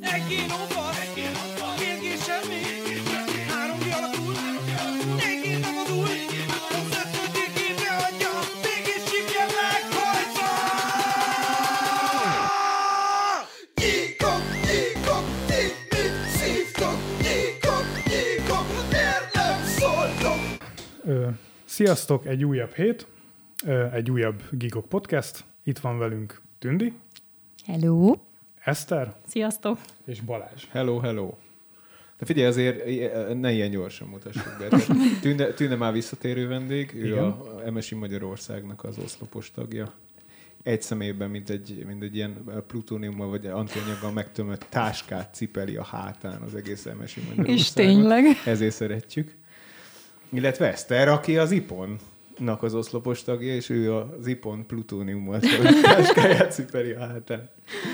Egy lóval, mégis semmi. Három kialakul, négy nem vadul. Az ötödik évre adja, mégis hívja meg, hogy van! Nyíkok, ti mit szívtok? Nyíkok, miért nem szóltok? Sziasztok, egy újabb hét, egy újabb Geekok Podcast. Itt van velünk Tündi. Hello. Eszter. Sziasztok. És Balázs. Hello, hello. De figyelj, azért ne ilyen gyorsan mutassuk be. Tünde már visszatérő vendég, ő igen. a MSI Magyarországnak az oszlopos tagja. Egy személyben, mint egy ilyen plutóniummal vagy antianyaggal megtömött táskát cipeli a hátán az egész MSI Magyarországnak. És tényleg. Ezért szeretjük. Illetve Eszter, aki az IPON-nak az oszlopos tagja, és ő az IPON plutóniummal táskáját cipeli a hátán.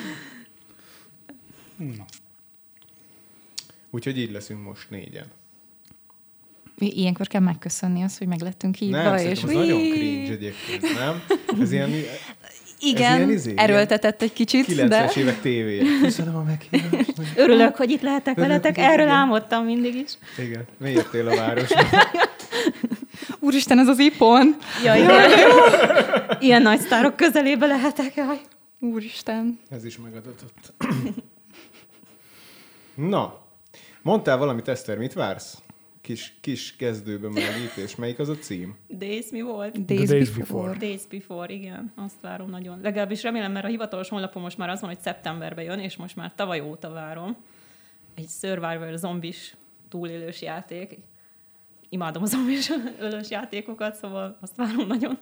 Na. Úgyhogy így leszünk most négyen. Ilyenkor kell megköszönni azt, hogy meg lettünk hívva. Nem, és ez nagyon cringe egyébként, nem? Ez ilyen, igen, ez ilyen erőltetett egy kicsit, 90-es évek tévéje. Köszönöm a meghívást. Örülök, hogy itt lehetek veletek, erről álmodtam mindig is. Igen, miért a városban? Úristen, ez az IPON! Jaj, ilyen nagy sztárok közelébe lehetek, jaj. Úristen. Ez is megadatott. Na, mondtál valamit, Eszter, mit vársz? Kis kezdőben melegítés. Melyik az a cím? Days mi volt? Days Before. Days Before, igen. Azt várom nagyon. Legalábbis remélem, mert a hivatalos honlapon most már az van, hogy szeptemberben jön, és most már tavaly óta várom. Egy Survivor zombis túlélős játék. Imádom a zombis ölős játékokat, szóval azt várom nagyon.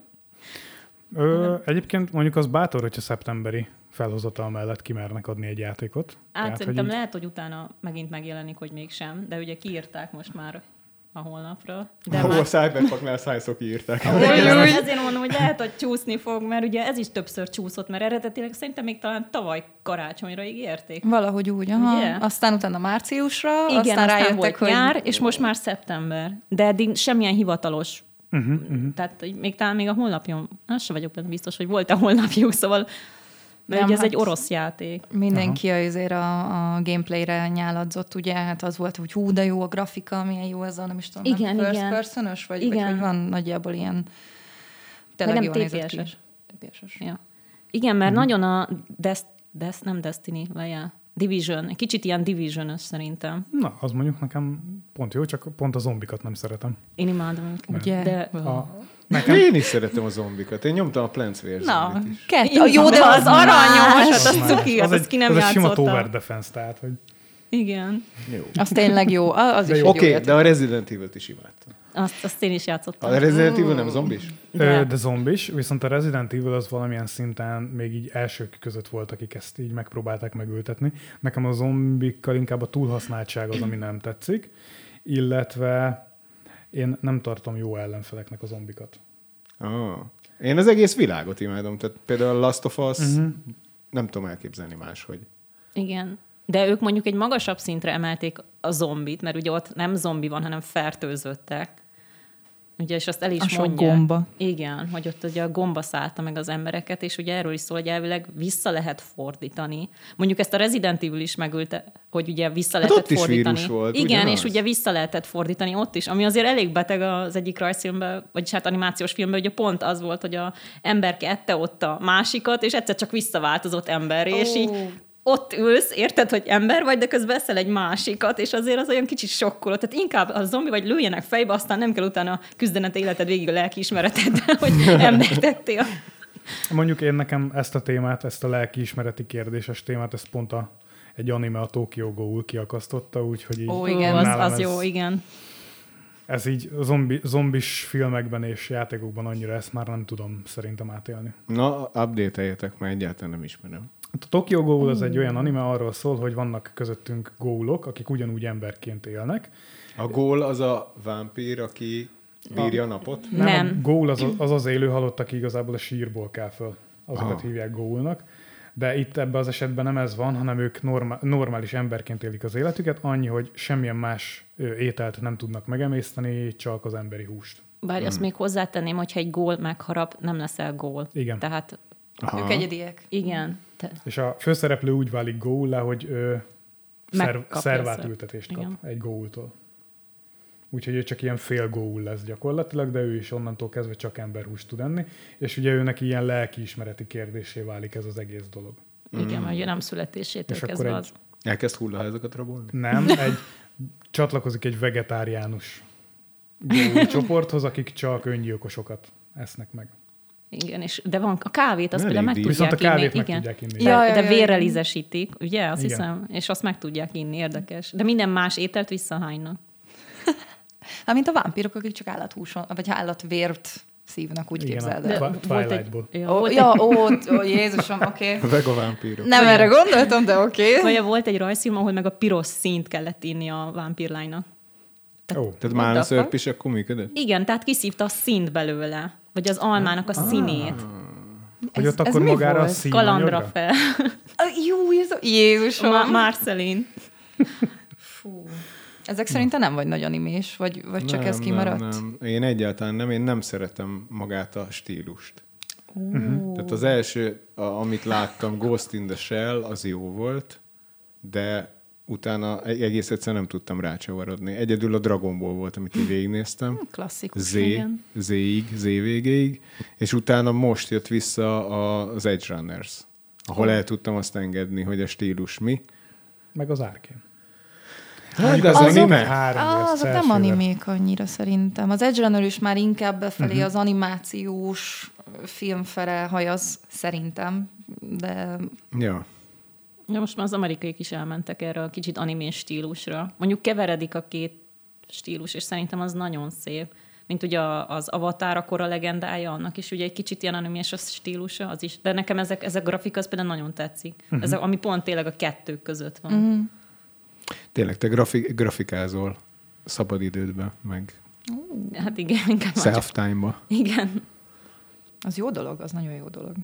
Egyébként mondjuk az bátor, hogyha szeptemberi felhozatal mellett kimernek adni egy játékot. Szerintem lehet, hogy utána megint megjelenik, hogy mégsem, de ugye kiírták most már a honlapra. De Ahol már... a Cyberpunknál szájszok írták. Ezért mondom, hogy lehet, hogy csúszni fog, mert ugye ez is többször csúszott, mert eredetileg szerintem még talán tavaly karácsonyra ígérték. Valahogy úgy, aha. Ugye? Aztán utána márciusra, Igen, aztán rájöttek, volt hogy... nyár, és most már szeptember. De eddig semmilyen hivatalos. Tehát még talán még a honlapjon, azt sem vagyok benne biztos, hogy volt a honlapjuk, szóval mert Nem, ugye ez hát egy orosz játék. Mindenki azért a gameplayre nyáladzott, ugye? Hát az volt, hogy hú, de jó a grafika, milyen jó ez a, nem is tudom, Igen, first igen. person-ös, vagy Igen. hogy van nagyjából ilyen... Meg nem jól nézett ki. TPS-es. Ja. Igen, mert nagyon a nem Destiny, vajjá. Division. Egy kicsit ilyen Division-ös szerintem. Na, az mondjuk nekem pont jó, csak pont a zombikat nem szeretem. Én imádom őket. Ugye? De... Nekem... Én is szeretem a zombikat. Én nyomtam a Plants vs. Na, Zombit is. jó, de az aranyos, más. az cuki, az ki nem az egy sima játszotta. tower defense, tehát, hogy... Igen. Jó. Az tényleg jó. Az is Oké, de a Resident Evil-t is imádtam. Azt én is játszottam. A Resident Evil nem zombis? De zombis, viszont a Resident Evil az valamilyen szinten még így elsők között volt, akik ezt így megpróbálták megültetni. Nekem a zombikkal inkább a túlhasználtság az, ami nem tetszik, illetve én nem tartom jó ellenfeleknek a zombikat. Én az egész világot imádom, tehát például a Last of Us nem tudom elképzelni máshogy. Igen. De ők mondjuk egy magasabb szintre emelték a zombit, mert ugye ott nem zombi van, hanem fertőzöttek. Ugye, és azt el is mondják. Gomba. Igen, hogy ott ugye a gomba szállta meg az embereket, és ugye erről is szól, hogy elvileg vissza lehet fordítani. Mondjuk ezt a Resident Evil is megülte, hogy ugye vissza lehetett ott is fordítani. vírus volt, igen, ugyanaz? és ugye vissza lehetett fordítani ott is, ami azért elég beteg az egyik rajzfilmben, vagyis hát animációs filmben, ugye pont az volt, hogy a emberke ette ott a másikat, és egyszer csak visszaváltozott emberré, és így ott ülsz, érted, hogy ember vagy, de közben eszel egy másikat, és azért az olyan kicsit sokkoló. Tehát inkább a zombi vagy lőjenek fejbe, aztán nem kell utána küzdened életed végig a lelkiismereteddel, hogy embert tettél. Mondjuk én nekem ezt a témát, ezt a lelkiismereti kérdéses témát, ezt pont egy anime, a Tokyo Ghoul kiakasztotta, úgyhogy így... Igen, az jó, igen. Ez így zombis filmekben és játékokban annyira ezt már nem tudom szerintem átélni. Na, update-eljetek, mert egyáltalán nem ismerem. A Tokyo Ghoul az egy olyan anime, arról szól, hogy vannak közöttünk ghoulok, akik ugyanúgy emberként élnek. A ghoul az a vámpír, aki bírja a napot? Nem. A ghoul az élő halott, aki igazából a sírból kell föl. Azokat hívják ghoulnak. De itt ebben az esetben nem ez van, hanem ők normális emberként élik az életüket, annyi, hogy semmilyen más ételt nem tudnak megemészteni, csak az emberi húst. Bár azt még hozzátenném, hogyha egy gól megharap, nem leszel gól. Igen. Tehát Ők egyediek. igen. És a főszereplő úgy válik ghoul-lá, hogy Megkapja szervátültetést kap Igen. egy Goa'ultól. Úgyhogy ő csak ilyen fél Goa'ul lesz gyakorlatilag, de ő is onnantól kezdve csak emberhúst tud enni, és ugye őnek ilyen lelkiismereti kérdésé válik ez az egész dolog. Igen, mert ugye nem születésétől És akkor kezdve egy- az. Elkezd hullaházakat rabolni? Nem, csatlakozik egy vegetáriánus Goa'ul csoporthoz, akik csak öngyilkosokat esznek meg. Igen, de van a kávét, azt Elég például meg díj. tudják Viszont a kávét inni. meg Igen. tudják inni. De, Ja, ja, de ja, vérrel igen. ízesítik, ugye? Azt Igen. hiszem. És azt meg tudják inni, érdekes. De minden más ételt visszahánynak. Hát, mint a vámpírok, akik csak állathúson, vagy állatvért szívnak, úgy Igen, képzeld a el. volt egy- Twilight-ból. Jézusom, oké. Vegovámpírok. Nem erre gondoltam, de oké. Vagy volt egy rajzfilm, ahol meg a piros színt kellett inni a vámpírlánynak. Ó, Tehát málnaszörp is akkor működött? Igen, tehát kiszívta a színt belőle. Vagy az almának a színét. hogy ott ez akkor mi magára a volt? Kalandra színanyagra? fel. Jézusom. Marceline. Ezek szerintem nem vagy nagy animés, vagy csak ez kimaradt? Nem. Én egyáltalán nem, én nem szeretem magát a stílust. Tehát az első, amit láttam, Ghost in the Shell, az jó volt, de utána egész egyszerűen nem tudtam rácsavarodni. Egyedül a Dragon Ball volt, amit én végignéztem. Klasszikus. igen. Z végéig, és utána most jött vissza az Edge Runners, ahol el tudtam azt engedni, hogy a stílus mi. Meg az Arkane. Hát, de az azok- anime? Azok nem animék annyira szerintem. Az Edge Runner is már inkább befelé az animációs filmfele hajaz szerintem, de Ja. Ja, most már az amerikaiak is elmentek erre a kicsit animés stílusra. Mondjuk keveredik a két stílus, és szerintem az nagyon szép. Mint ugye az Avatar, a kora legendája, annak is ugye egy kicsit ilyen animés a stílusa, az is. De nekem ez a grafika, az például nagyon tetszik. Ez ami pont tényleg a kettő között van. Tényleg, te grafikázol szabadidődben, meg Hát igen, inkább már csak... self-time-ba. Igen. az jó dolog, az nagyon jó dolog.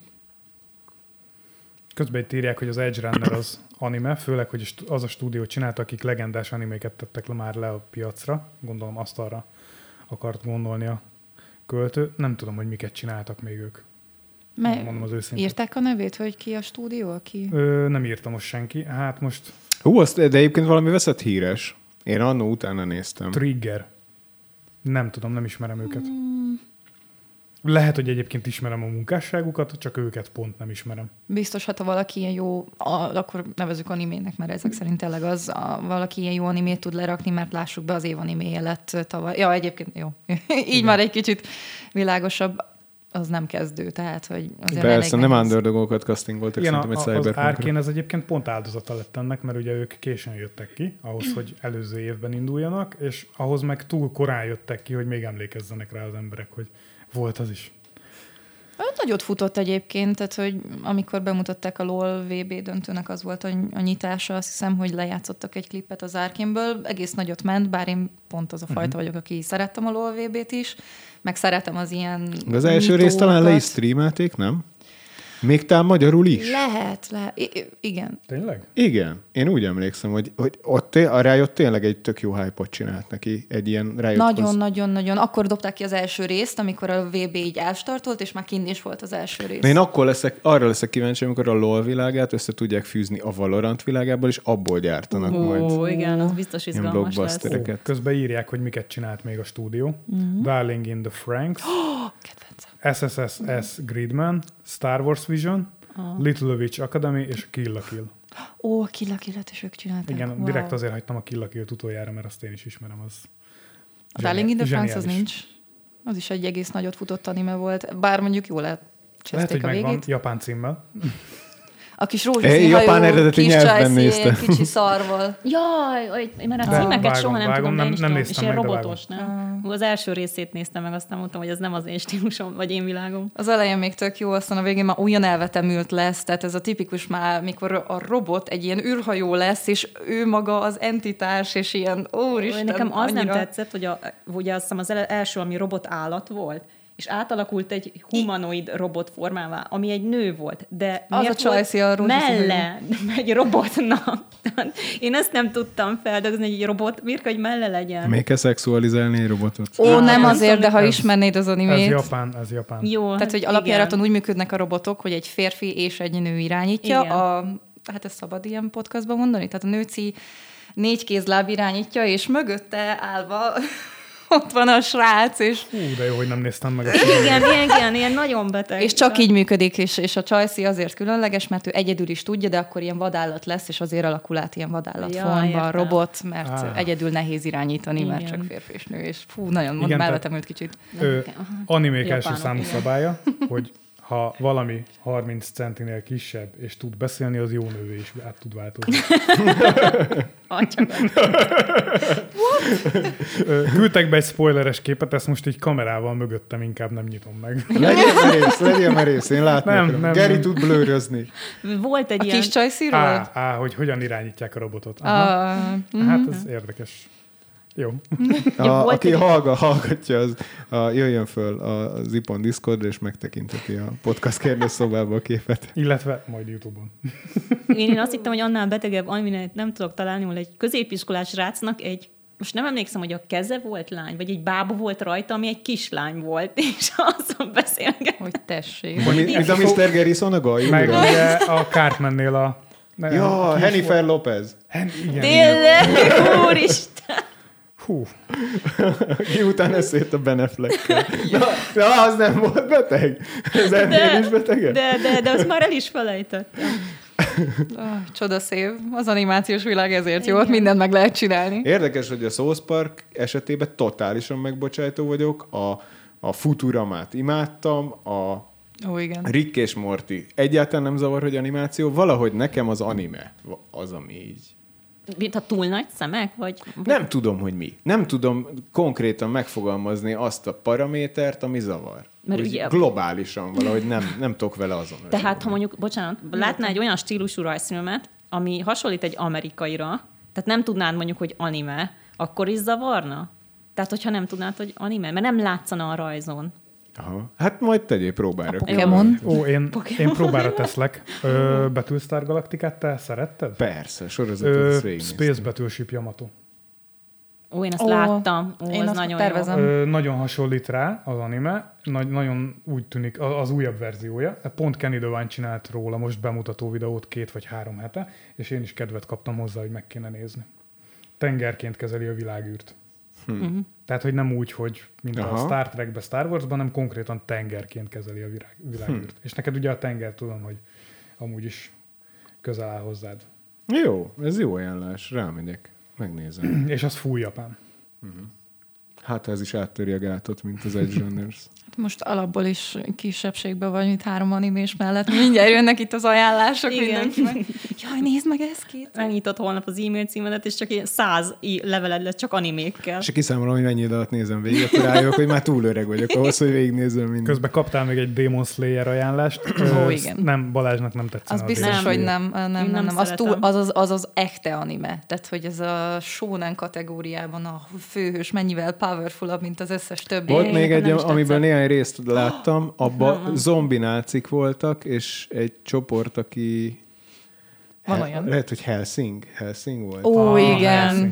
Közben itt írják, hogy az Edge Runner az anime, főleg, hogy az a stúdió csinálta, akik legendás animéket tettek már le a piacra. Gondolom azt arra akart gondolni a költő. Nem tudom, hogy miket csináltak még ők. Mondom az őszintén. Írták a nevét, hogy ki a stúdió, aki... Nem írta most senki. Hát most Hú, de egyébként valami veszett híres. Én annó utána néztem. Trigger. Nem tudom, nem ismerem őket. Lehet, hogy egyébként ismerem a munkásságukat, csak őket pont nem ismerem. Biztos, hát ha valaki ilyen jó, akkor nevezzük animének, mert ezek szerint tényleg az, valaki ilyen jó animét tud lerakni, mert lássuk be, az év animéje lett tavaly. Ja, egyébként jó. Így már egy kicsit világosabb. Az nem kezdő, tehát, hogy azért Persze, elég nem nehéz. underdogokat castingoltak, Igen, szerintem egy az Cyberpunkra. Arkane ez egyébként pont áldozata lett ennek, mert ugye ők későn jöttek ki, ahhoz, hogy előző évben induljanak, és ahhoz meg túl korán jöttek ki, hogy még emlékezzenek rá az emberek, hogy volt az is. Nagyot futott egyébként, tehát hogy amikor bemutatták a LOL VB döntőnek, az volt a nyitása, azt hiszem, hogy lejátszottak egy klippet az Arkaneből, egész nagyot ment, bár én pont az a fajta vagyok, aki szerettem a LOL VB-t is, meg szeretem az ilyen De az első részt talán le is nyitókat. streamelték, nem? Még talán magyarul is? Lehet. Igen. Tényleg? Igen. Én úgy emlékszem, hogy ott a Riot tényleg egy tök jó hype-ot csinált neki. Egy ilyen Riothoz. Nagyon. Akkor dobták ki az első részt, amikor a VB így elstartolt, és már kint is volt az első rész. De én akkor arra leszek kíváncsi, amikor a LoL világát össze tudják fűzni a Valorant világából, és abból gyártanak majd Ó, igen, az biztos ilyen izgalmas lesz. blockbustereket. Közben írják, hogy miket csinált még a stúdió. Darling in the Franxx, Kedvencem. SSSS Gridman, Star Wars Vision, Little Witch Academy és Kill la Kill. Ó, a Kill la Killet is ők csinálták. Igen, wow. direkt azért hagytam a Kill la Kill-t utoljára, mert azt én is ismerem. Az A Darling in the Franxx az zseniális. nincs. Az is egy egész nagyot futott anime volt, bár mondjuk jól Lehet, elcseszték hogy a megvan végét. japán címmel. A kis rózsaszín Japán hajú, eredeti kis nyelvben csajszín, néztem. kicsi szarval. Jaj, én már a De címeket soha nem vágom, tudom, de én nem is tudom. És néztem ilyen meg, de robotos, nem? Az első részét néztem meg, aztán mondtam, hogy ez nem az én stílusom, vagy én világom. Az elején még tök jó, aztán a végén már olyan elvetemült lesz, tehát ez a tipikus már, mikor a robot egy ilyen űrhajó lesz, és ő maga az entitás, és ilyen, úristen, Nekem az annyira... nem tetszett, hogy ugye azt hiszem az első, ami robot állat volt, és átalakult egy humanoid robot formává, ami egy nő volt. De Az miért a csajszi a volt rózsaszín melle egy robotnak? Tehát én ezt nem tudtam feldolgozni, hogy egy robot miért kell, hogy melle legyen. Még kell szexualizálni egy robotot? Ó, nem nem azért, tudom, de ha ez- ismernéd az Ez animét. Japán. Jó, Tehát, hogy igen. alapjáraton úgy működnek a robotok, hogy egy férfi és egy nő irányítja. Igen. A hát ez szabad ilyen podcastban mondani? Tehát a nőci 4 kézláb irányítja, és mögötte állva ott van a srác, és... Hú, de jó, hogy nem néztem meg. Igen, ilyen nagyon beteg. És csak így működik, és a Chelsea azért különleges, mert ő egyedül is tudja, de akkor ilyen vadállat lesz, és azért alakul át ilyen vadállatformban robot, mert egyedül nehéz irányítani, mert csak férfi és nő, és fú, nagyon mellettem ült kicsit. Animék első számú szabálya, hogy ha valami 30 centinél kisebb, és tud beszélni, az jó nővé is át tud változni. Küldtek be egy spoileres képet, ezt most így kamerával mögöttem inkább nem nyitom meg. Legyen merész, én látni akarom. Geri tud blőrözni. Volt egy a ilyen... kis Chelsea-ról? Hogy hogyan irányítják a robotot. Hát ez érdekes. Jó. Aki hallgatja, az jöjjön föl az IPON Discordra, és megtekinteti a podcast kérdőszobába a képet. Illetve majd YouTube-on. Én azt hittem, hogy annál betegebb, aminek nem tudok találni, hogy egy középiskolás rácnak most nem emlékszem, hogy a keze volt lány, vagy egy bába volt rajta, ami egy kislány volt, és azon beszélget. Hogy tessék. Mint a Mr. Garrison a Gai. Meg ugye a Cartmannél a... Jennifer Lopez. Tényleg, úristen! Hú. Ki után eszét a Ben Affleck-kel. Na, az nem volt beteg? Ez ennél is beteg? De azt már el is felejtettem. Csodaszép. Az animációs világ ezért jó, ott mindent meg lehet csinálni. Érdekes, hogy a South Park esetében totálisan megbocsájtó vagyok. A Futuramát imádtam, igen. Rick és Morty. Egyáltalán nem zavar, hogy animáció. Valahogy nekem az anime az, ami így... Mint a túl nagy szemek? Vagy... Nem tudom, hogy mi. Nem tudom konkrétan megfogalmazni azt a paramétert, ami zavar. Mert ugye... Globálisan valahogy nem tudok vele azonosulni. Tehát, ha mondjuk, látnál egy olyan stílusú rajzfilmet, ami hasonlít egy amerikaira, tehát nem tudnád mondjuk, hogy anime, akkor is zavarna? Tehát, hogyha nem tudnád, hogy anime, mert nem látszana a rajzon. Aha. Hát majd tegyél próbára. A Pokémon. Én próbára teszlek. Battlestar Galacticát te szeretted? Persze, sorozatot végignéztem. Space Battleship Yamato. Én azt láttam. Én azt nagyon tervezem. Nagyon hasonlít rá az anime. Nagyon úgy tűnik, az újabb verziója. Pont Kenny Devine csinált róla most bemutató videót 2 vagy 3 hete, és én is kedvet kaptam hozzá, hogy meg kéne nézni. Tengerként kezeli a világűrt. Tehát, hogy nem úgy, hogy mint a Star Trekben, Star Warsban, hanem konkrétan tengerként kezeli a világűrt. És neked ugye a tenger, tudom, hogy amúgy is közel áll hozzád. Jó, ez jó ajánlás. Rámegyek, megnézem. És az full japán. Hát ez is áttöri a gátot, mint az Edge Runners. Most alapból is kisebbségben vagy, mint 3 animés mellett. Mindjárt jönnek itt az ajánlások mindenkinek. Jaj, nézd meg ezt két. Megnyitott holnap az e-mail címedet, és csak 100 leveled lesz csak animékkel. És kiszámolom, hogy mennyi idő alatt nézem végig, akkor rájövök, hogy már túl öreg vagyok ahhoz, hogy végignézzem mindent. Közben kaptál még egy Demon Slayer ajánlást. Igen. Nem, Balázsnak nem tetszene. Az biztos, hogy nem. Az az echte anime. Tehát, hogy ez a shonen kategóriában a főhős mennyivel powerfulabb, mint az összes többi. Volt még egy, amiből néhány részt láttam, abban zombinácik voltak, és egy csoport, aki... Van olyan. Lehet, hogy Helsing volt. Igen. Helsing.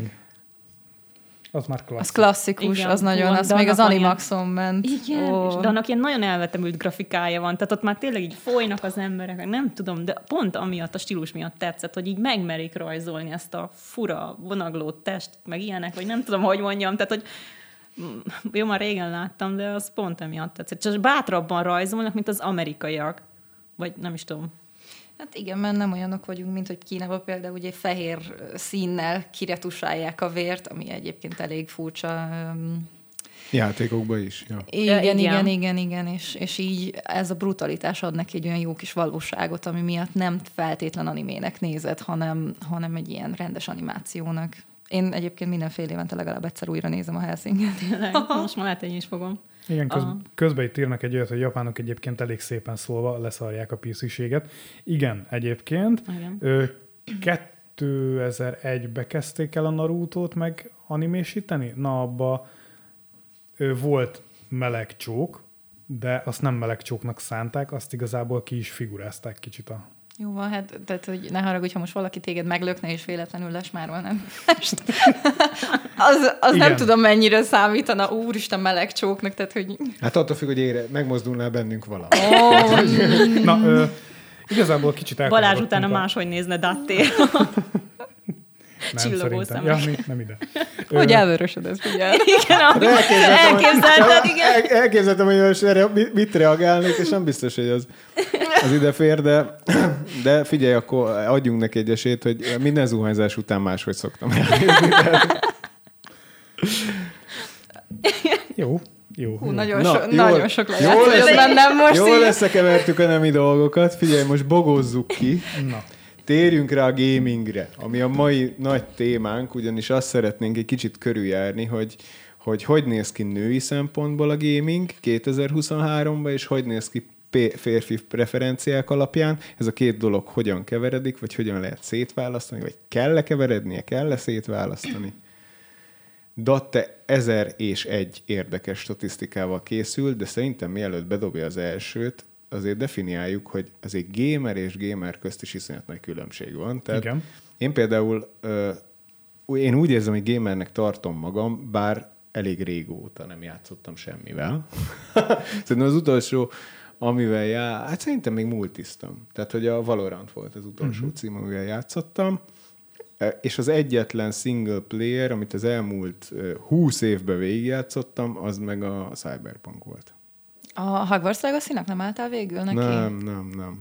Az már klasszikus. Az klasszikus, igen, az nagyon, az még az Animaxon ment. Igen, de annak ilyen nagyon elvetemült grafikája van, tehát ott már tényleg így folynak az emberek, nem tudom, de pont amiatt, a stílus miatt tetszett, hogy így megmerik rajzolni ezt a fura, vonagló test, meg ilyenek, vagy nem tudom, hogy mondjam, tehát hogy jó, már régen láttam, de az pont emiatt tetszett. Csak bátrabban rajzolnak, mint az amerikaiak. Vagy nem is tudom. Hát igen, mert nem olyanok vagyunk, mint hogy Kínában például ugye fehér színnel kiretusálják a vért, ami egyébként elég furcsa. Játékokban is. Ja. Igen, és így ez a brutalitás ad neki egy olyan jó kis valóságot, ami miatt nem feltétlen animének nézed, hanem egy ilyen rendes animációnak. Én egyébként mindenfél évente legalább egyszer újra nézem a Helsinget. Most már lehet, én is fogom. Igen, közben itt írnak egy olyat, hogy japánok egyébként elég szépen szólva leszarják a PC-séget. Igen, egyébként. Igen. 2001-be kezdték el a Narutót meg animésíteni? Na, abba volt meleg csók, de azt nem meleg csóknak szánták, azt igazából ki is figurázták kicsit a... Jó van, hát, tehát, hogy ne haragudj, ha most valaki téged meglökne, és véletlenül lesmárval nem. az nem tudom, mennyire számítana, úristen, meleg csóknak, tehát, hogy... Hát attól függ, hogy megmozdulnál bennünk valami. Na, Igazából kicsit Balázs elkanyarodtunk utána a- máshogy nézne Datté. Nem, csillogó szerintem. szemek. Nem ide. Hogy elvörösödesz, figyelj. Igen, elképzelted, igen. Elképzeltem, hogy most erre mit reagálnék, és nem biztos, hogy az ide fér, de figyelj, akkor adjunk neki egy esélyt, hogy minden zuhanyzás után máshogy szoktam elnézni. Jó. Hú, nagyon, Na, nagyon sok jól lejátszott lesz- bennem most Jól így. összekevertük a nemi dolgokat. Figyelj, most bogozzuk ki. Na. Térjünk rá a gamingre, ami a mai nagy témánk, ugyanis azt szeretnénk egy kicsit körüljárni, hogy néz ki női szempontból a gaming 2023-ban, és hogy néz ki férfi preferenciák alapján. Ez a két dolog hogyan keveredik, vagy hogyan lehet szétválasztani, vagy kell-e keverednie, kell-e szétválasztani. Datte 1001 érdekes statisztikával készül, de szerintem mielőtt bedobja az elsőt, azért definiáljuk, hogy azért gamer és gamer közt is iszonyat nagy különbség van. Tehát Igen. én például én úgy érzem, hogy gamernek tartom magam, bár elég régóta nem játszottam semmivel. Szerintem az utolsó, amivel hát szerintem még multiztam. Tehát, hogy a Valorant volt az utolsó cím, amivel játszottam. És az egyetlen single player, amit az elmúlt 20 évben végigjátszottam, az meg a Cyberpunk volt. A Hogwarts Legacy-nak nem álltál végül neki? Nem.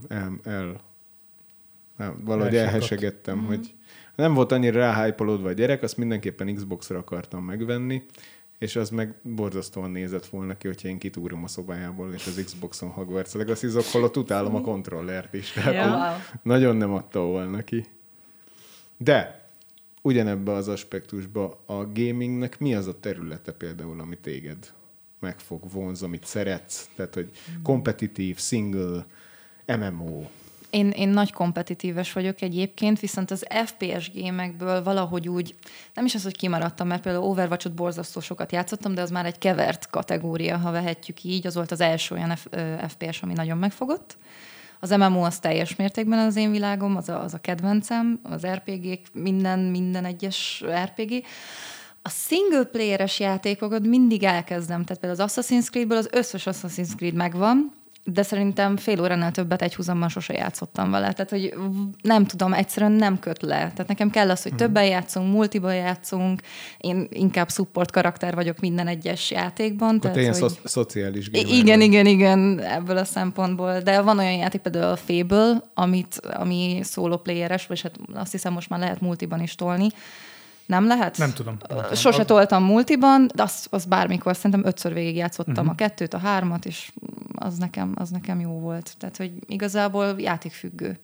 Valahogy Elsiklott. elhesegettem, hogy nem volt annyira ráhájpolódva a gyerek, azt mindenképpen Xbox-ra akartam megvenni, és az meg borzasztóan nézett volna ki, hogyha én kitúrom a szobájából, és az Xboxon Hogwarts Legacy-zok, holott utálom a kontrollert is. Tehát Ja. nagyon nem adta volna ki. De ugyanebben az aspektusban a gamingnek mi az a területe például, ami téged megfog, vonz, amit szeretsz? Tehát, hogy kompetitív, single, MMO. Én nagy kompetitíves vagyok egyébként, viszont az FPS gémekből valahogy úgy, nem is az, hogy kimaradtam, mert például Overwatch-ot borzasztó sokat játszottam, de az már egy kevert kategória, ha vehetjük így. Az volt az első olyan FPS, ami nagyon megfogott. Az MMO az teljes mértékben az én világom, az a kedvencem, az RPG-k, minden egyes RPG. A single playeres játékokat mindig elkezdem, tehát például az Assassin's Creedből az összes Assassin's Creed megvan, de szerintem fél óránál többet egy húzamban sose játszottam vele. Tehát, hogy nem tudom, egyszerűen nem köt le. Tehát nekem kell az, hogy többen játszunk, multiban játszunk, én inkább support karakter vagyok minden egyes játékban. Akkor tehát, te ilyen hogy... szociális gamer Igen, ebből a szempontból. De van olyan játék, például a Fable, ami solo playeres, vagy hát azt hiszem most már lehet multiban is tolni. Nem lehet? Nem tudom. Sose toltam multiban, de azt bármikor szerintem 5-ször végigjátszottam a 2-t, a 3-at, és az nekem jó volt. Tehát, hogy igazából játékfüggő.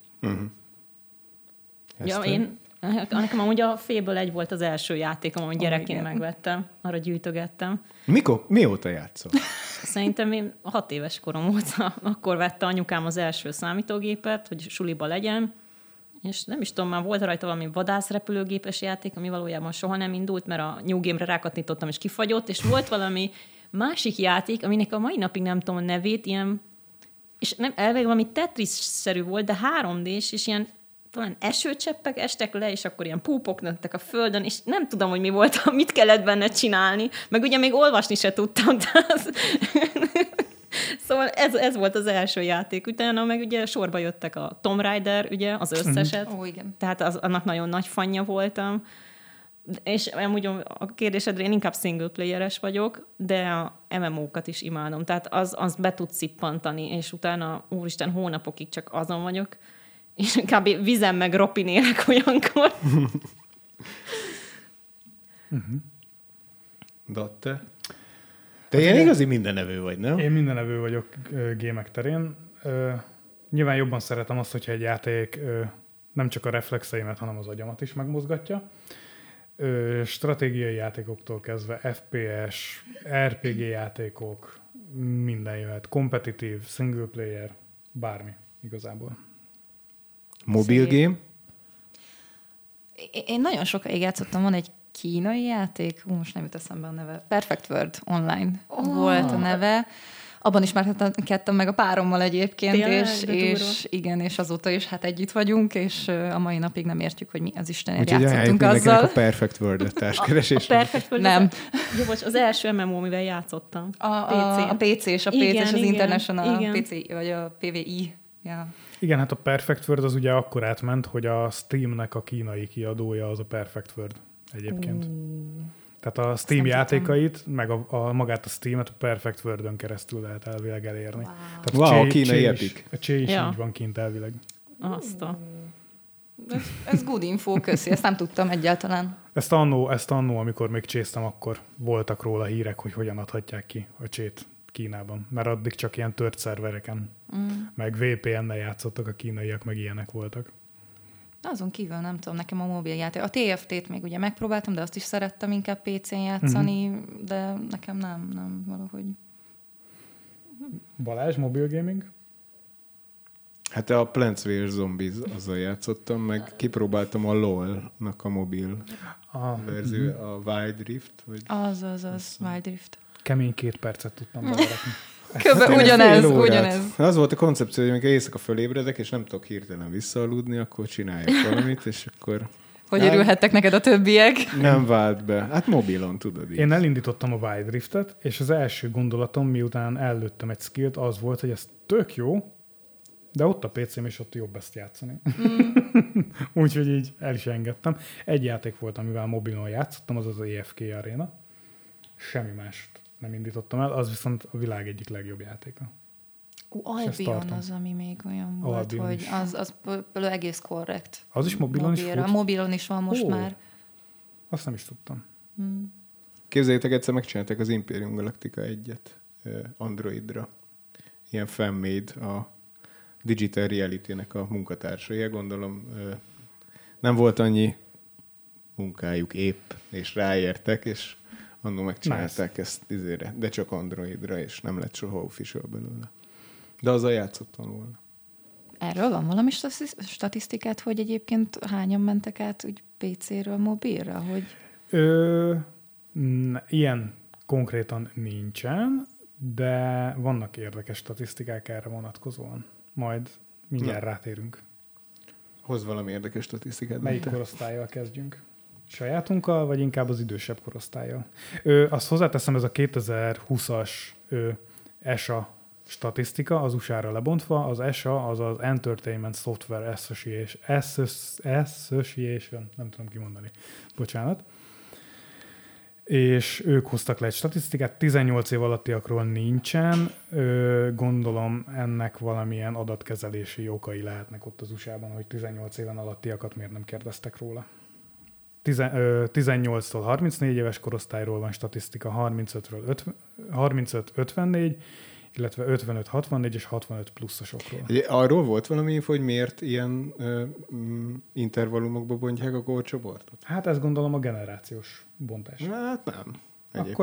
Ja, nekem amúgy a Fable 1 volt az első játékom, amit gyerekként igen. megvettem. Arra gyűjtögettem. Mióta játszol? Szerintem én 6 éves korom óta, akkor vette anyukám az első számítógépet, hogy suliba legyen, és nem is tudom, már volt rajta valami vadászrepülőgépes játék, ami valójában soha nem indult, mert a New Game-re rákattintottam, és kifagyott, és volt valami másik játék, aminek a mai napig nem tudom a nevét, ilyen, és nem, elvég valami Tetris-szerű volt, de 3D-s, és ilyen talán esőcseppek estek le, és akkor ilyen púpok nőttek a földön, és nem tudom, hogy mi volt, mit kellett benne csinálni, meg ugye még olvasni se tudtam, Szóval ez volt az első játék. Utána meg ugye sorba jöttek a Tomb Raider, ugye, az összeset. Ó, igen. Tehát annak nagyon nagy fanja voltam. És amúgy a kérdésedre én inkább single playeres vagyok, de a MMO-kat is imádom. Tehát az be tud szippantani, és utána, úristen, hónapokig csak azon vagyok, és kb. Vizen meg ropin élek olyankor. Datte? Te ilyen igazi mindenevő vagy, nem? Én mindenevő vagyok gémek terén. Nyilván jobban szeretem azt, hogyha egy játék nem csak a reflexeimet, hanem az agyamat is megmozgatja. Stratégiai játékoktól kezdve FPS, RPG játékok, minden jöhet. Kompetitív, single player, bármi igazából. Mobil Szép. game? Én nagyon sokáig játszottam, van egy kínai játék, most nem jut eszembe a neve, Perfect World Online volt a neve. Abban is már kettem meg a párommal egyébként, Tényleg? és igen, és azóta is hát együtt vagyunk, és a mai napig nem értjük, hogy mi az Istenért Úgyhogy ajánljuk játszottunk mindenkinek azzal. a Perfect World-et társkeresésre. A Perfect World Nem. Jó, bocs, az első MMO, mivel játszottam. A PC és a PC és az Igen, International, igen. PC, vagy a PVI. Ja. Igen, hát a Perfect World az ugye akkor átment, hogy a Steamnek a kínai kiadója az a Perfect World egyébként. Tehát a Steam nem játékait, meg magát a Steamet a Perfect World-ön keresztül lehet elvileg elérni. Tehát Wow, a kínai Epic. A Csé is Ja. így van kint elvileg. Azt a... Ez good info, köszi, ezt nem tudtam egyáltalán. Ezt annó, amikor még csésztem, akkor voltak róla hírek, hogy hogyan adhatják ki a Csét Kínában. Mert addig csak ilyen tört szervereken, meg VPN-nel játszottak a kínaiak, meg ilyenek voltak. Azon kívül nem tudom, nekem a mobiljáték. A TFT-t még ugye megpróbáltam, de azt is szerettem inkább PC-n játszani, de nekem nem valahogy. Balázs, mobil gaming? Hát a Plants vs. Zombies, azzal játszottam, meg kipróbáltam a LOL-nak a mobil verzió, a Wild Rift. Vagy... Az, Wild Rift. Kemény 2 percet tudtam belerakni. Kb. ugyanez. Az volt a koncepció, hogy amikor éjszaka fölébredek, és nem tudok hirtelen visszaaludni, akkor csináljak valamit, és akkor... Hogy örülhettek neked a többiek? Nem vált be. Hát mobilon, tudod így. Én elindítottam a Wild Riftet, és az első gondolatom, miután ellőttem egy skillt, az volt, hogy ez tök jó, de ott a PC-m, és ott jobb ezt játszani. Úgyhogy így el is engedtem. Egy játék volt, amivel mobilon játszottam, az az EFK Arena. Semmi mást nem indítottam el, az viszont a világ egyik legjobb játéka. Albion az, ami még olyan volt, Albion hogy is. az például egész korrekt. Az is mobilon is fut? Mobilon is van most már. Azt nem is tudtam. Képzeljétek, egyszer megcsinálták az Imperium Galactica 1-et Androidra. Ilyen fanmade a Digital Reality-nek a munkatársai. Gondolom nem volt annyi munkájuk épp, és ráértek, és annól megcsinálták ezt izére, de csak Androidra, és nem lett soha official belőle. De azzal játszottam volna. Erről van valami statisztikát, hogy egyébként hányan mentek át úgy PC-ről mobilra? Hogy... Ilyen konkrétan nincsen, de vannak érdekes statisztikák erre vonatkozóan. Majd mindjárt rátérünk. Hoz valami érdekes statisztikát. Melyik korosztállyal kezdjünk? Sajátunkkal, vagy inkább az idősebb korosztállyal? Azt hozzáteszem, ez a 2020-as ESA statisztika, az USA-ra lebontva. Az ESA, az az Entertainment Software Association, nem tudom kimondani, bocsánat. És ők hoztak le egy statisztikát, 18 év alattiakról nincsen, gondolom ennek valamilyen adatkezelési okai lehetnek ott az USA-ban, hogy 18 éven alattiakat miért nem kérdeztek róla. 18-tól 34 éves korosztályról van statisztika, 35-54, illetve 55-64 és 65 pluszosokról. Arról volt valami info, hogy miért ilyen intervallumokba bontják a korcsoportot? Hát ezt gondolom a generációs bontás. Hát nem. Egyébként.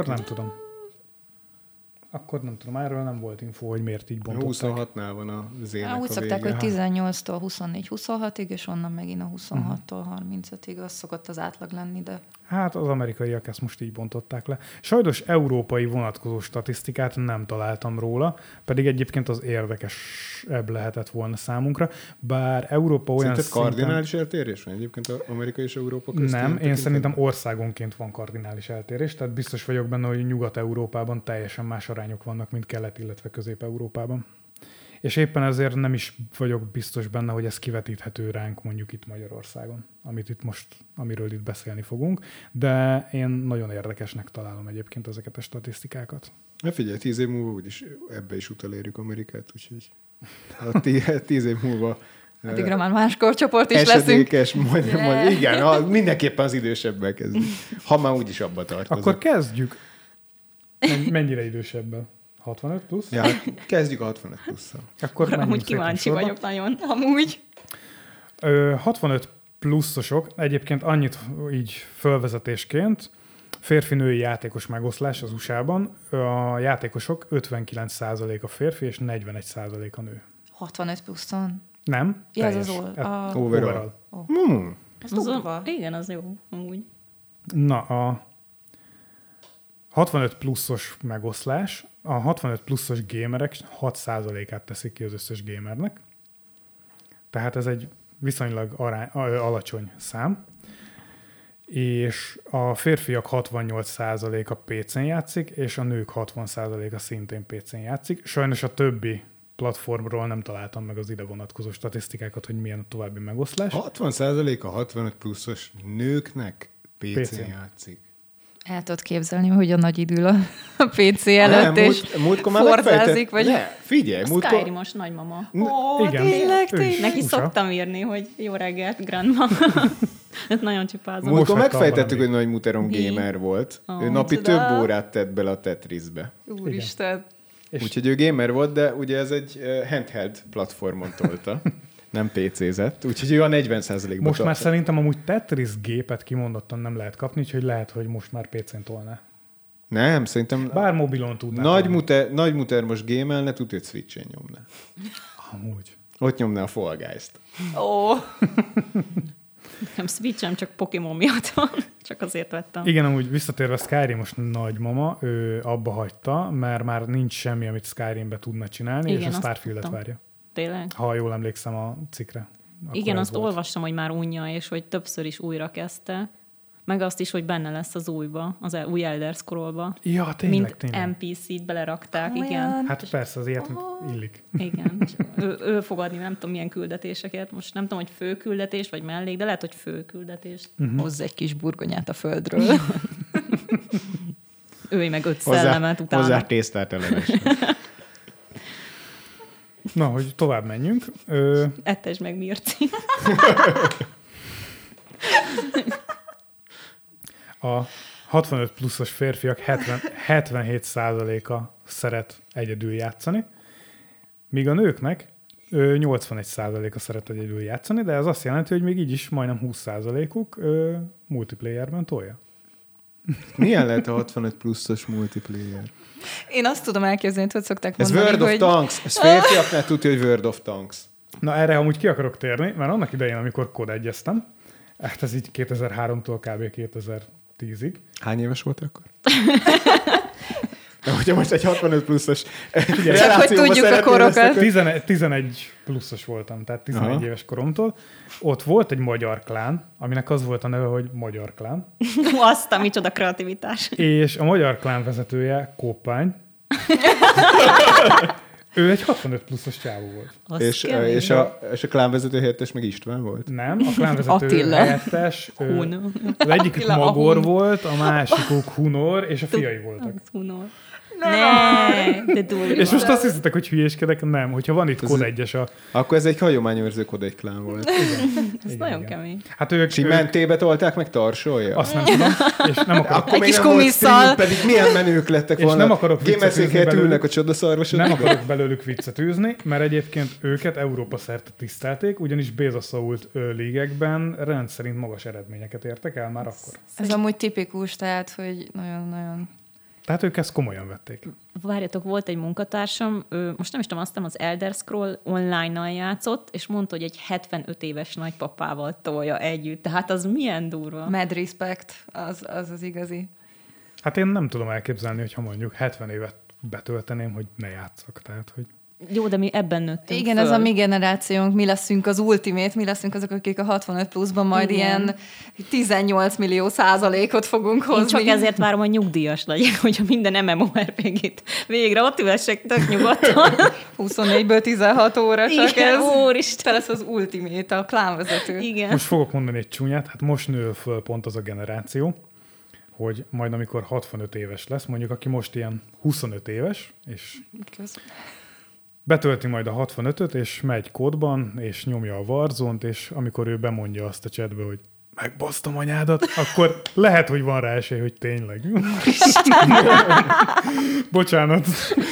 Akkor nem tudom, erről nem volt info, hogy miért így bontották. 26-nál van a Z-nek úgy a szokták, vége. hogy 18-tól 24-26-ig, és onnan megint a 26-tól 35-ig, az szokott az átlag lenni, de... Hát az amerikaiak ezt most így bontották le. Sajnos európai vonatkozó statisztikát nem találtam róla, pedig egyébként az érdekesebb lehetett volna számunkra, bár Európa olyan szinten... kardinális eltérés van egyébként az Amerika és Európa között? Nem, én szerintem országonként van kardinális eltérés, tehát biztos vagyok benne, hogy Nyugat-Európában teljesen más arányok vannak, mint Kelet, illetve Közép-Európában. És éppen ezért nem is vagyok biztos benne, hogy ez kivetíthető ránk mondjuk itt Magyarországon, amiről itt beszélni fogunk, de én nagyon érdekesnek találom egyébként ezeket a statisztikákat. Na figyelj, 10 év múlva úgyis ebbe is utolérjük Amerikát, úgyhogy 10 év múlva addigra már más korcsoport is leszünk. esedékes, majd igen, mindenképpen az idősebbel kezdjük. Ha már úgyis abba tartozunk. Akkor kezdjük. Mennyire idősebbel? 65 plusz? Ja, kezdjük a 65 plusszal. Akkor amúgy kíváncsi vagyok nagyon. Amúgy. 65 pluszosok, egyébként annyit így fölvezetésként, férfi-női játékos megoszlás az USA-ban, a játékosok 59% a férfi és 41% a nő. 65 pluszon? Nem? Ja, ez az overall. Az durva. Igen, az jó. Amúgy. Na, a 65 pluszos megoszlás, a 65 pluszos gamerek 6%-át teszik ki az összes gamernek. Tehát ez egy viszonylag alacsony szám. És a férfiak 68%-a PC-n játszik, és a nők 60%-a szintén PC-n játszik. Sajnos a többi platformról nem találtam meg az ide vonatkozó statisztikákat, hogy milyen a további megoszlás. 60% a 65 pluszos nőknek PC-n PC-n. játszik. El tudod képzelni, hogy a nagy idül a PC előtt, és múltkor már forzázik, vagy... Figyelj, A múltkor... Skyrimos nagymama. Igen, tényleg, ő is. tényleg. Neki USA. szoktam írni, hogy jó reggelt, grandma. Ez nagyon csipázom. Múltkor Most megfejtettük, valami. hogy Nagy Muteron Mi? gamer volt. Ó, Ő napi csoda. több órát tett bele a Tetrisbe. Úristen. És- Úgyhogy ő gamer volt, de ugye ez egy handheld platformon tolta. Nem PC-zett, úgyhogy ő a 40%-ban Most már szerintem amúgy Tetris gépet kimondottan nem lehet kapni, úgyhogy lehet, hogy most már PC-n tolná. Nem, szerintem Bár mobilon tudná. Nagy Muter most gamelne, tudja, hogy Switch-en nyomna. Amúgy. Ott nyomná a Fall Guys-t. Ó, Nem Switch-em, csak Pokémon miatt van. Csak azért vettem. Igen, amúgy visszatérve Skyrim most nagymama, ő abba hagyta, mert már nincs semmi, amit Skyrimbe tudna csinálni, Igen, és a azt Starfieldet tudtam. várja. Tényleg? Ha jól emlékszem a cikkre. Akkor Igen, ez azt volt. olvastam, hogy már unja, és hogy többször is újra kezdte. Meg azt is, hogy benne lesz az újba, az új Elder Scrollba. Ja, tényleg, Mint tényleg. NPC-t belerakták, Olyan. igen. Hát persze, az ilyet illik. Igen. És ő fog adni, nem tudom, milyen küldetéseket. Most nem tudom, hogy fő küldetés, vagy mellék, de lehet, hogy fő küldetés. hozz egy kis burgonyát a földről. Őj meg 5 szellemet utána. Hozzá tésztát eleves. Na, hogy tovább menjünk. Ettesd meg, Mirci. A 65 pluszos férfiak 77%-a szeret egyedül játszani, míg a nőknek 81%-a szeret egyedül játszani, de ez azt jelenti, hogy még így is majdnem 20%-uk multiplayerben tolja. Milyen lehet a 65 pluszos multiplayer? Én azt tudom elképzelni, hogy szokták Ez mondani, World of hogy... Tanks. Ez férfiaknál tudja, hogy World of Tanks. Na erre amúgy ki akarok térni, mert annak idején, amikor kodegyeztem, hát ez így 2003-tól kb. 2010-ig, Hány éves volt akkor? De hogyha most egy 65 pluszos Csak hogy relációba tudjuk a szeretnél korokat. ezt, 11 pluszos voltam, tehát 11 Aha. éves koromtól. Ott volt egy magyar klán, aminek az volt a neve, hogy Magyar klán, Azt, a micsoda kreativitás. és a magyar klán vezetője Koppány. Ő egy 65 pluszos csávó volt. Az és, kemény. és, a klánvezető helyettes meg István volt. Nem, a klánvezető Attila. helyettes, Hun. az egyikük Attila, a Magor Hun. volt, a másikuk Hunor, és a fiai voltak. Az Hunor. Ne, de durva. És most azt hiszitek, hogy hülyéskedek? Nem, hogyha van itt kod egyes a... Akkor ez egy hagyományőrző kod egy klán volt. Ez nagyon kemény. Hát ők Csimentébe tolták meg Tarsolja? azt nem tudom, és nem akarok, Akkor Egy még kis nem volt kumisszal. stream, pedig milyen menők lettek És volna. nem akarok viccet Gamerszék űzni helyett ülnek belőlük. a csodaszarvasok. nem akarok belőlük viccet űzni, mert egyébként őket Európa szerte tisztelték, ugyanis Bezos-olt légekben rendszerint magas eredményeket értek el már akkor. Ez amúgy tipikus, tehát, hogy nagyon-nagyon... Tehát ők ezt komolyan vették. Várjatok, volt egy munkatársam, ő, most nem is tudom, azt hiszem az Elder Scroll online-nal játszott, és mondta, hogy egy 75 éves nagypapával tolja együtt. Tehát az milyen durva. Mad respect, az igazi. Hát én nem tudom elképzelni, hogyha mondjuk 70 évet betölteném, hogy ne játszak. Tehát, hogy Jó, de mi ebben nőttünk Igen, föl. ez a mi generációnk, mi leszünk az ultimate, mi leszünk azok, akik a 65 pluszban majd Igen. ilyen 18 millió százalékot fogunk hozni. Én csak ezért várom, hogy nyugdíjas legyek, hogyha minden MMORPG-t végre ott ülessek tök nyugodtan. 24-ből 16 óra csak Igen, ez. úristen. Te lesz az ultimate, a klánvezető. Igen. most fogok mondani egy csúnyát, hát most nő föl pont az a generáció, hogy majd amikor 65 éves lesz, mondjuk aki most ilyen 25 éves, és betölti majd a 65-öt, és megy kódban, és nyomja a Warzone-t, és amikor ő bemondja azt a chatbe, hogy megbasztam anyádat, akkor lehet, hogy van rá esély, hogy tényleg. Bocsánat.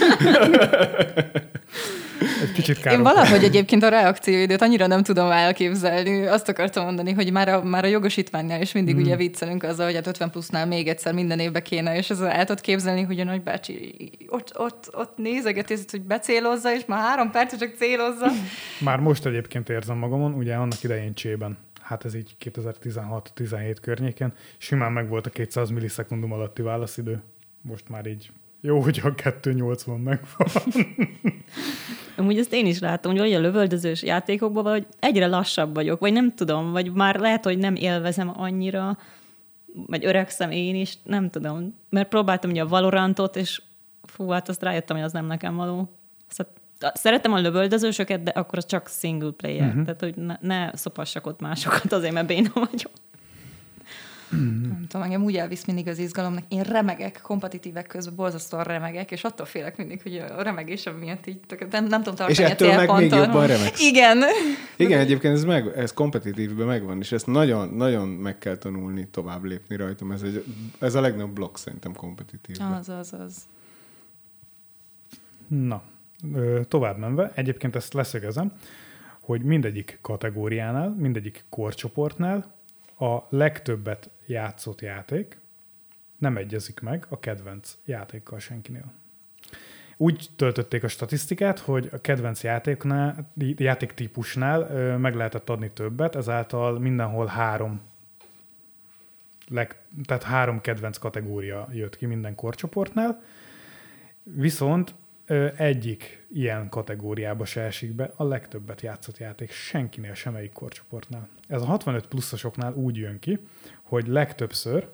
Egy kicsit Én károm. valahogy egyébként a reakcióidőt annyira nem tudom elképzelni. Azt akartam mondani, hogy már a jogosítványnál is mindig ugye viccelünk azzal, hogy hát 50 plusznál még egyszer minden évbe kéne, és ezzel el tudod képzelni, hogy a nagybácsi ott nézegeti, hogy becélozza, és már 3 perc csak célozza. Már most egyébként érzem magamon, ugye annak idején csében, hát ez így 2016-17 környéken, simán meg volt a 200 millisekundum alatti válaszidő. Most már így jó, hogy a 280 megvan. Amúgy ezt én is látom, hogy a lövöldözős játékokban vagy egyre lassabb vagyok, vagy nem tudom, vagy már lehet, hogy nem élvezem annyira, vagy öregszem én is, nem tudom. Mert próbáltam ugye a Valorantot, és fú, hát azt rájöttem, hogy az nem nekem való. Azt szeretem a lövöldözősöket, de akkor az csak single player. Tehát, hogy ne szopassak ott másokat azért, mert béna vagyok. Nem tudom, engem úgy elvisz mindig az izgalomnak. Én remegek, kompetitívek közben borzasztóan remegek, és attól félek mindig, hogy a remegésem miatt így nem tudom tartani És a ettől meg még jobban remegsz. Igen. Igen, egyébként ez kompetitívben megvan, és ezt nagyon, nagyon meg kell tanulni, tovább lépni rajtam. Ez a legnagyobb blokk szerintem kompetitívben. Az. Na, tovább menve, egyébként ezt leszögezem, hogy mindegyik kategóriánál, mindegyik korcsoportnál a legtöbbet játszott játék nem egyezik meg a kedvenc játékkal senkinél. Úgy töltötték a statisztikát, hogy a kedvenc játéktípusnál meg lehetett adni többet, ezáltal mindenhol tehát 3 kedvenc kategória jött ki minden korcsoportnál, viszont egyik ilyen kategóriába se esik be a legtöbbet játszott játék senkinél, semmelyik korcsoportnál. Ez a 65 pluszosoknál úgy jön ki, hogy legtöbbször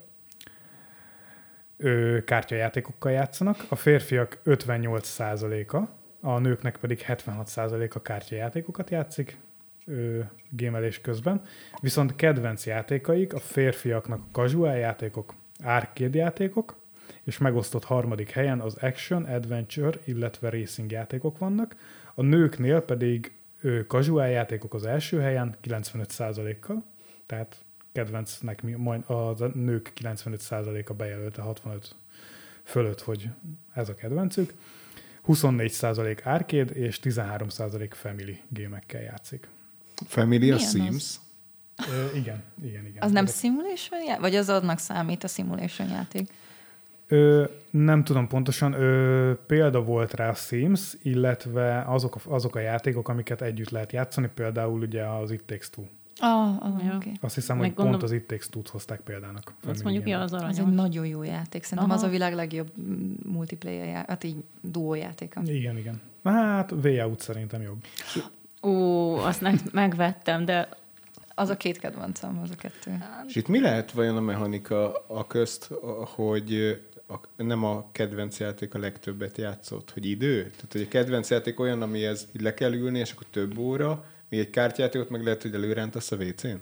kártyajátékokkal játszanak, a férfiak 58%-a, a nőknek pedig 76%-a kártyajátékokat játszik gémelés közben, viszont kedvenc játékaik a férfiaknak a casual játékok, arcade játékok, és megosztott harmadik helyen az action, adventure, illetve racing játékok vannak. A nőknél pedig casual játékok az első helyen 95%-kal, tehát kedvencnek a nők 95%-a bejelölte 65 fölött, hogy ez a kedvencük. 24% arcade és 13% family gémekkel játszik. Family a Sims? Igen. Az nem simulation játék? Vagy az adnak számít a simulation játék? Nem tudom pontosan. Példa volt rá a Sims, illetve azok a játékok, amiket együtt lehet játszani, például ugye az It Takes Two. Okay. Azt hiszem, hogy pont az It Takes Two-t hozták példának. Azt mondjuk, az aranyos. Ez egy nagyon jó játék. Szerintem az a világ legjobb multiplayer játék, hát így duó játéka. Igen. Hát Way Out szerintem jobb. Azt megvettem, de az a 2 kedvencem, az a 2. És itt mi lehet vajon a mechanika a közt, hogy nem a kedvenc játék a legtöbbet játszott, hogy idő? Tehát, hogy a kedvenc játék olyan, amihez így le kell ülni, és akkor több óra, még egy kártyátékot meg lehet, hogy előrántasz a WC-n?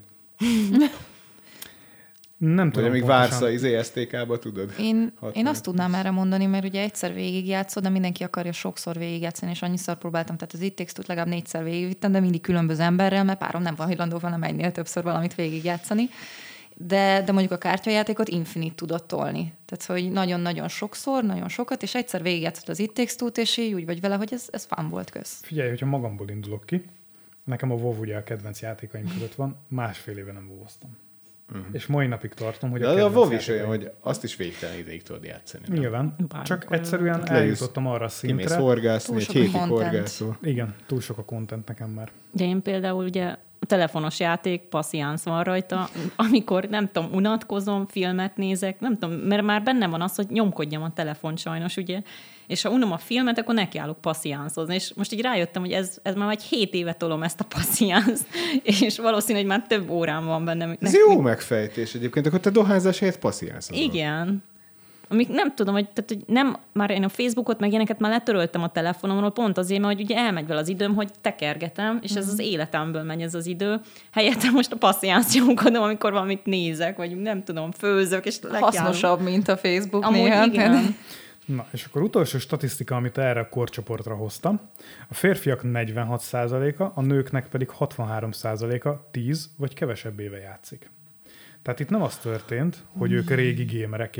Nem tudom. Vagy amíg vársz a STK-ba, tudod? Én azt tudnám erre mondani, mert ugye egyszer végigjátszod, de mindenki akarja sokszor végigjátszani, és annyiszor próbáltam, tehát az It Takes Two-t legalább 4-szer végigvittem, de mindig különböző emberrel, mert párom nem van hajlandó velem egynél többször valamit végigjátszani. De mondjuk a kártyajátékot infinite tudott tolni. Tehát, hogy nagyon-nagyon sokszor, nagyon sokat, és egyszer végigjátszott az It Takes Two-t, és így úgy vagy vele, hogy ez fun volt köz. Figyelj, hogyha magamból indulok ki, nekem a WoW ugye a kedvenc játékaim között van, 1,5 éve nem WoW-oztam. És mai napig tartom, hogy a WoW is olyan, hogy azt is végtelen ideig tudod játszani. Nyilván. Csak egyszerűen eljutottam arra a szintre. Kimész horgászni, egy hétig horgászol. Igen, túl sok a content nekem már. De én például ugye a telefonos játék, passziánsz van rajta, amikor nem tudom, unatkozom, filmet nézek, nem tudom, mert már benne van az, hogy nyomkodjam a telefont sajnos, ugye, és ha unom a filmet, akkor nekiállok passziánszozni, és most így rájöttem, hogy ez már egy 7 éve tolom ezt a passziánszt, és valószínű, hogy már több órán van benne. Ez jó megfejtés egyébként, akkor te dohányzás helyett passziánszol. Igen. Amik nem tudom, hogy nem, már én a Facebookot meg ilyeneket már letöröltem a telefonomról, pont azért, mert hogy ugye elmegy vele az időm, hogy tekergetem, és ez az életemből megy ez az idő. Helyette most a passziánzt nyomkodom, amikor valamit nézek, vagy nem tudom, főzök, és hasznosabb, mint a Facebook amúgy néha. Igen. Na, és akkor utolsó statisztika, amit erre a korcsoportra hoztam. A férfiak 46%-a, a nőknek pedig 63%-a 10 vagy kevesebb éve játszik. Tehát itt nem az történt, hogy ők régi gémerek,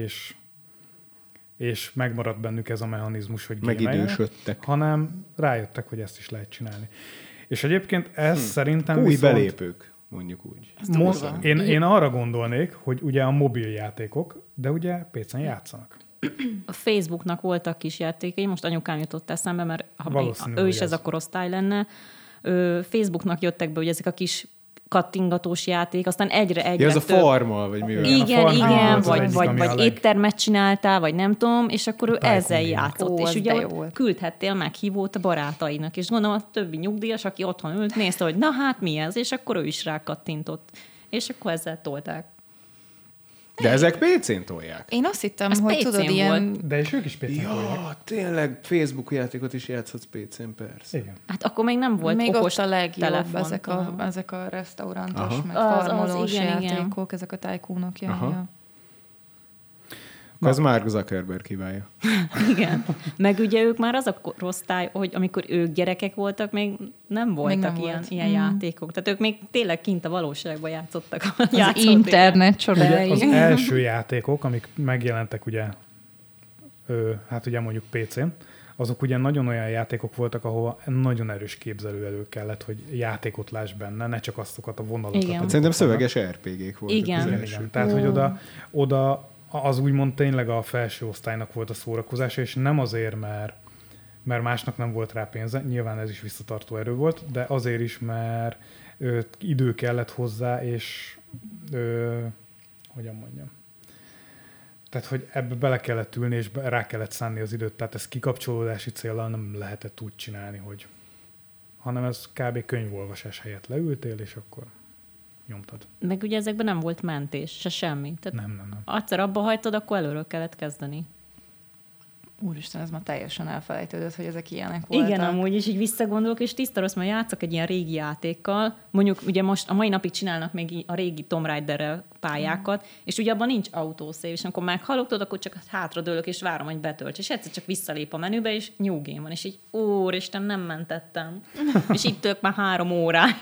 és megmaradt bennük ez a mechanizmus, hogy megidősödtek, hanem rájöttek, hogy ezt is lehet csinálni. És egyébként ez szerintem új belépők, mondjuk úgy. Én arra gondolnék, hogy ugye a mobil játékok, de ugye PC-n játszanak. A Facebooknak voltak kis játékai, most anyukám jutott eszembe, mert ő is ez a korosztály lenne. Facebooknak jöttek be ugye ezek a kis kattingatós játék, aztán egyre több. Ez a farmal, vagy mi? Igen, vagy éttermet csináltál, vagy nem tudom, és akkor ő ezzel játszott. És ugye küldhettél meghívót a barátainak, és gondolom a többi nyugdíjas, aki otthon ült, nézte, hogy na hát mi ez, és akkor ő is rákattintott. És akkor ezzel tolták. De ezek PC-n tolják. Én azt hittem, Ez hogy PC-n tudod, ilyen... volt. De és ők is PC-n tolják. Ja, tényleg Facebook játékot is játszhatsz PC-n, persze. Igen. Hát akkor még nem volt Még okos ott a legjobb telefon, ezek a restaurantos, Aha. meg Az, farmolós igen, játékok, ezek a tycoonok. Aha. Ja. Az Mark Zuckerberg hibája. Igen. Meg ugye ők már az a korosztály, hogy amikor ők gyerekek voltak, még nem voltak nem ilyen, volt. ilyen játékok. Tehát ők még tényleg kint a valóságban játszottak. A Az játszótéren. internet Ugye csodái. az első játékok, amik megjelentek ugye, hát ugye mondjuk PC-n, azok ugye nagyon olyan játékok voltak, ahova nagyon erős képzelőelő kellett, hogy játékot láss benne, ne csak azokat a vonalokat. Igen. amik Szerintem ott vannak. szöveges RPG-k voltak. Igen. az Igen, első. igen. Tehát, hogy oda az úgymond tényleg a felső osztálynak volt a szórakozása, és nem azért, mert másnak nem volt rá pénze, nyilván ez is visszatartó erő volt, de azért is, mert idő kellett hozzá, és hogyan mondjam. Tehát, hogy ebbe bele kellett ülni, és rá kellett szánni az időt, tehát ezt kikapcsolódási céllal nem lehetett úgy csinálni, hogy hanem ez kb. Könyvolvasás helyett leültél, és akkor nyomtad. Meg ugye ezekben nem volt mentés, se semmi. Tehát Nem. egyszer abba hagytad, akkor előről kellett kezdeni. Úristen, ez már teljesen elfelejtődött, hogy ezek ilyenek voltak. Igen, amúgy is így visszagondolok, és tiszta rossz, mert játszok egy ilyen régi játékkal. Mondjuk ugye most a mai napig csinálnak még a régi Tomb Raiderrel pályákat, és ugye abban nincs autószév, és amikor meghalloktad, akkor csak hátradőlök, és várom, hogy betölts. És egyszer csak visszalép a menübe, és new game van, és így, úristen, nem mentettem. És itt tök már 3 órája.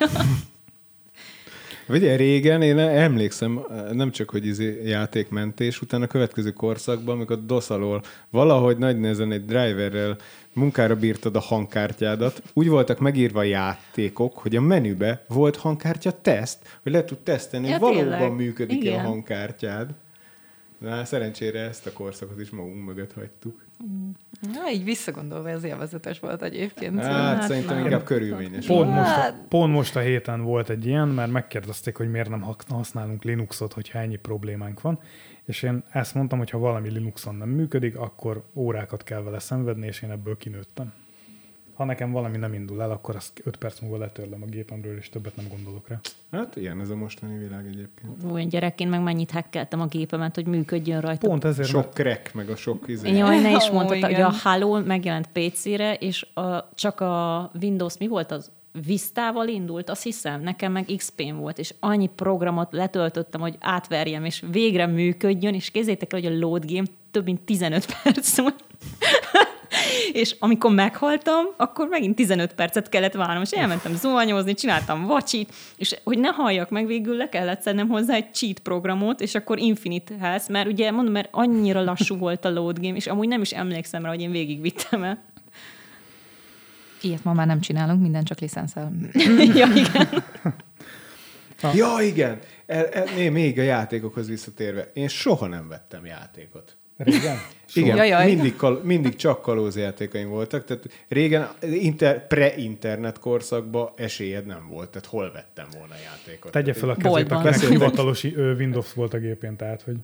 Ugye régen, én emlékszem, nem csak, hogy játékmentés, utána a következő korszakban, amikor DOS alól valahogy nagy nehezen egy driverrel munkára bírtad a hangkártyádat, úgy voltak megírva a játékok, hogy a menübe volt hangkártya teszt, hogy le tud tesztelni, Ja, hogy valóban tényleg. működik-e a Igen. hangkártyád. Na, szerencsére ezt a korszakot is magunk mögött hagytuk. Na, így visszagondolva ez élvezetes volt egyébként. Hát szerintem nem. inkább körülményes. Pont most a héten volt egy ilyen, mert megkérdezték, hogy miért nem használunk Linuxot, hogyha ennyi problémánk van. És én ezt mondtam, hogy ha valami Linuxon nem működik, akkor órákat kell vele szenvedni, és én ebből kinőttem. Ha nekem valami nem indul el, akkor azt 5 perc múlva letörlöm a gépemről, és többet nem gondolok rá. Hát ilyen ez a mostani világ egyébként. Olyan gyerekként meg mennyit hackeltem a gépemet, hogy működjön rajta. Pont ezért, Sok crack, meg a sok Jaj, ne is Ó, mondtad, igen. hogy a Halo megjelent PC-re, és csak a Windows, mi volt az? Vistával indult, azt hiszem, nekem meg XP-n volt, és annyi programot letöltöttem, hogy átverjem, és végre működjön, és kézzétek el, hogy a load game több mint 15 perc volt. És amikor meghaltam, akkor megint 15 percet kellett várnom, és elmentem zuhanyozni, csináltam vacsit, és hogy ne halljak meg, végül le kellett szednem hozzá egy cheat programot, és akkor Infinite Health, mert ugye mondom, mert annyira lassú volt a load game, és amúgy nem is emlékszem rá, hogy én végigvittem el. Ilyet ma már nem csinálunk, minden csak licenszel. Ja, igen. Ja, igen. Még a játékokhoz visszatérve. Én soha nem vettem játékot. régen. Igen, Jajaj. mindig csak kalózjátékaim voltak. Tehát régen pre-internet korszakban esélyed nem volt. Tehát hol vettem volna játékot? Tegye fel a kezét, Boltban. akinek hivatalos Windows volt a gépén, tehát, hogy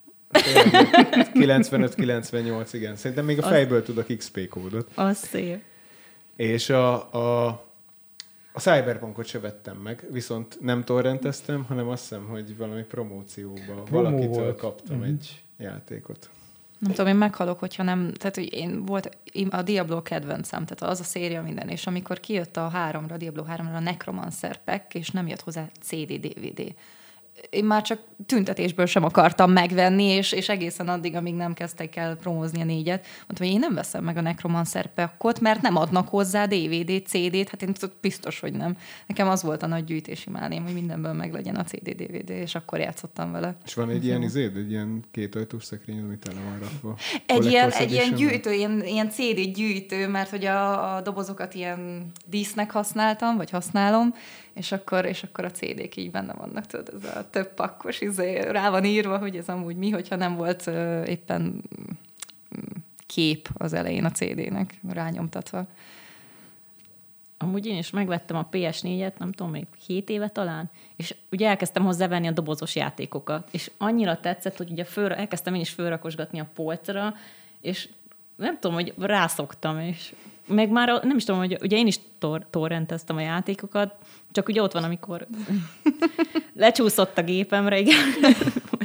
95-98, igen. Szerintem még a fejből tudok XP kódot. Az szép. És a Cyberpunkot se vettem meg, viszont nem torrenteztem, hanem azt hiszem, hogy valami promócióban valakitől volt. kaptam egy játékot. Nem tudom, én meghalok, hogyha nem... Tehát, hogy én a Diablo kedvencem, tehát az a széria minden, és amikor kijött a Diablo 3-ra a Necromancer Pack, és nem jött hozzá CD-DVD, én már csak tüntetésből sem akartam megvenni, és egészen addig, amíg nem kezdtek el promózni a 4-et, mondtam, hogy én nem veszem meg a Necromancer Packot, mert nem adnak hozzá DVD, CD-t, hát én biztos, hogy nem. Nekem az volt a nagy gyűjtési málém, hogy mindenből meglegyen a CD-DVD, és akkor játszottam vele. És van egy ilyen egy ilyen kétajtós szekrény, ami tele van rakva. Egy ilyen Edition-ben? gyűjtő, ilyen CD gyűjtő, mert hogy a dobozokat ilyen dísznek használtam, vagy használom, és akkor a CD-k így benne vannak, tudod, ez a több pakkos, rá van írva, hogy ez amúgy mi, hogyha nem volt éppen kép az elején a CD-nek rányomtatva. Amúgy én is megvettem a PS4-et, nem tudom, még 7 éve talán, és ugye elkezdtem hozzávenni a dobozos játékokat, és annyira tetszett, hogy ugye elkezdtem én is fölrakosgatni a polcra, és nem tudom, hogy rászoktam, és meg már nem is tudom, hogy ugye én is torrenteztem a játékokat, csak ugye ott van, amikor lecsúszott a gépemre, igen.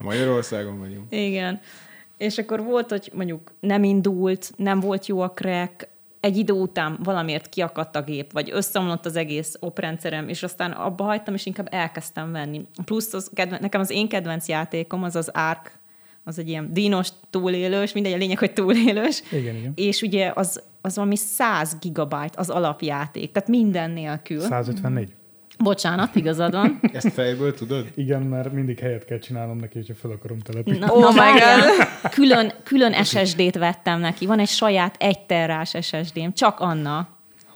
Magyarországon vagyunk. Igen. És akkor volt, hogy mondjuk nem indult, nem volt jó a crack, egy idő után valamiért kiakadt a gép, vagy összeomlott az egész oprendszerem, és aztán abba hagytam, és inkább elkezdtem venni. Plusz nekem az én kedvenc játékom az Ark, az egy ilyen dínos túlélős, mindegy, a lényeg, hogy túlélős. Igen. És ugye az valami 100 gigabyte az alapjáték, tehát minden nélkül. 154. Bocsánat, igazad van. Ezt fejből tudod? Igen, mert mindig helyet kell csinálnom neki, hogyha fel akarom telepíteni. Na, várjál. Külön SSD-t vettem neki. Van egy saját 1 terrás SSD-m, csak annak.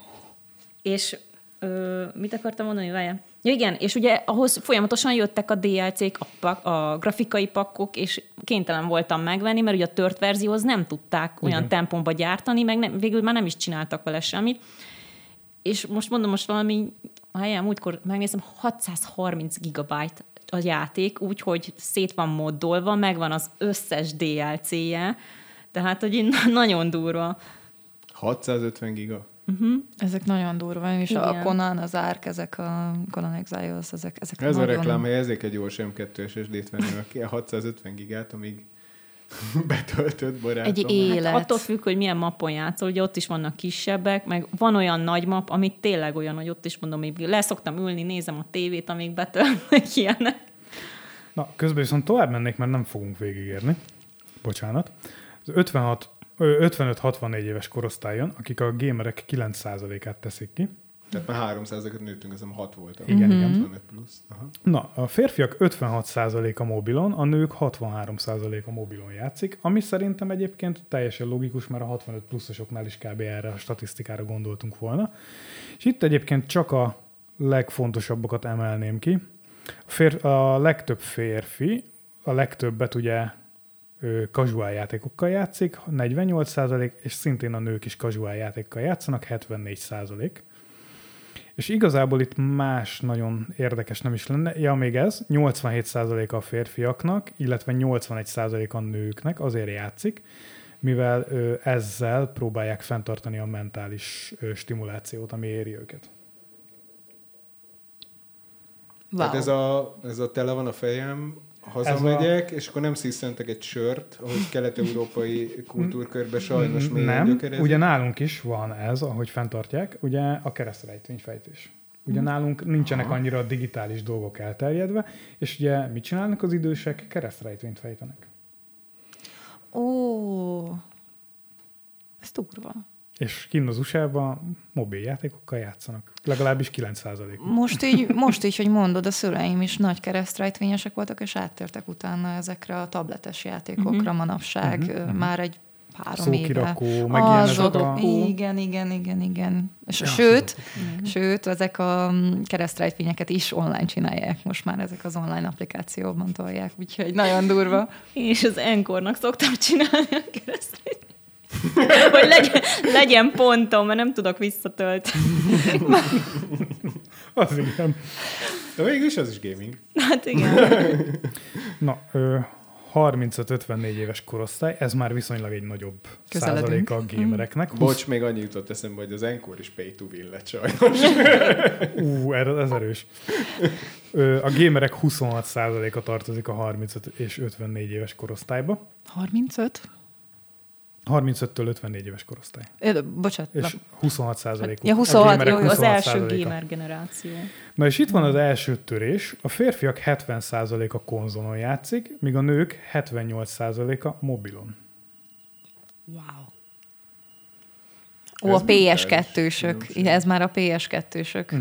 És mit akartam mondani, várjál? Ja, igen, és ugye ahhoz folyamatosan jöttek a DLC-k, a grafikai pakkok, és kénytelen voltam megvenni, mert ugye a tört verzióhoz nem tudták olyan tempóba gyártani, meg végül már nem is csináltak vele semmit. És most valami, múltkor megnézem, 630 gigabyte a játék, úgyhogy szét van moddolva, megvan az összes DLC-je, tehát, hogy nagyon durva. 650 giga? Ezek nagyon durva, és Igen. a Conan, az Ark, ezek a Conan Exiles, ezek Ez nagyon... a reklám, hogy ezért egy gyors M2 SSD-t venni, aki a 650 gigát, amíg betöltött barátom. Egy élet. Hát attól függ, hogy milyen mapon játszol, ugye ott is vannak kisebbek, meg van olyan nagy map, amit tényleg olyan, hogy ott is mondom, hogy leszoktam ülni, nézem a tévét, amíg betöltnek ilyenek. Na, közben viszont tovább mennék, mert nem fogunk végigérni. Bocsánat. Az 55-64 éves korosztályon, akik a gamerek 9%-át teszik ki. Tehát már 300-at nőttünk, az 6 volt. Igen. 65 plusz. Aha. Na, a férfiak 56% a mobilon, a nők 63% a mobilon játszik, ami szerintem egyébként teljesen logikus, mert a 65 pluszosoknál is kb. Erre a statisztikára gondoltunk volna. És itt egyébként csak a legfontosabbakat emelném ki. A legtöbb férfi, a legtöbbet ugye casual játékokkal játszik, 48%, és szintén a nők is casual játékkal játszanak, 74%. És igazából itt más nagyon érdekes nem is lenne. Ja, még ez, 87% a férfiaknak, illetve 81% a nőknek azért játszik, mivel ezzel próbálják fenntartani a mentális stimulációt, ami éri őket. Wow. Tehát ez a tele van a fejem, hazamegyek, és akkor nem sziszentek egy sört, ahogy kelet-európai kultúrkörben sajnos még nem, ugye nálunk is van ez, ahogy fenntartják, ugye a keresztrejtvényfejtés. Ugye nálunk nincsenek annyira digitális dolgok elterjedve, és ugye mit csinálnak az idősek? Keresztrejtvényt fejtenek. Ó, ez durva. És kinn az USA-ban mobiljátékokkal játszanak. Legalábbis 9%. Most így, hogy mondod, a szüleim is nagy keresztrejtvényesek voltak, és áttértek utána ezekre a tabletes játékokra manapság. Már egy 3 éve. Szókirakó, meg ilyen ezek a... Igen. És Ja, sőt, ezek a keresztrejtvényeket is online csinálják. Most már ezek az online applikációban tolják, úgyhogy nagyon durva. És az Encore-nak szoktam csinálni a keresztrejtvényt. Hogy legyen pontom, mert nem tudok visszatölteni. Az igen. De végülis az is gaming. Hát igen. Na, 35-54 éves korosztály, ez már viszonylag egy nagyobb százaléka a gamereknek. Bocs, még annyi jutott eszembe, hogy az Encore is pay to win lett sajnos. Ez erős. A gamerek 26%-a tartozik a 35 és 54 éves korosztályba. 35? 35-től 54 éves korosztály. Bocsánat. És 26%-uk. Ja, 26, a gamerek Az első 26%-a. gamer generáció. Na és itt van az első törés. A férfiak 70%-a konzolon játszik, míg a nők 78%-a mobilon. Wow. Ez Ó, a brutális PS2-sök. Ez már a PS2-sök.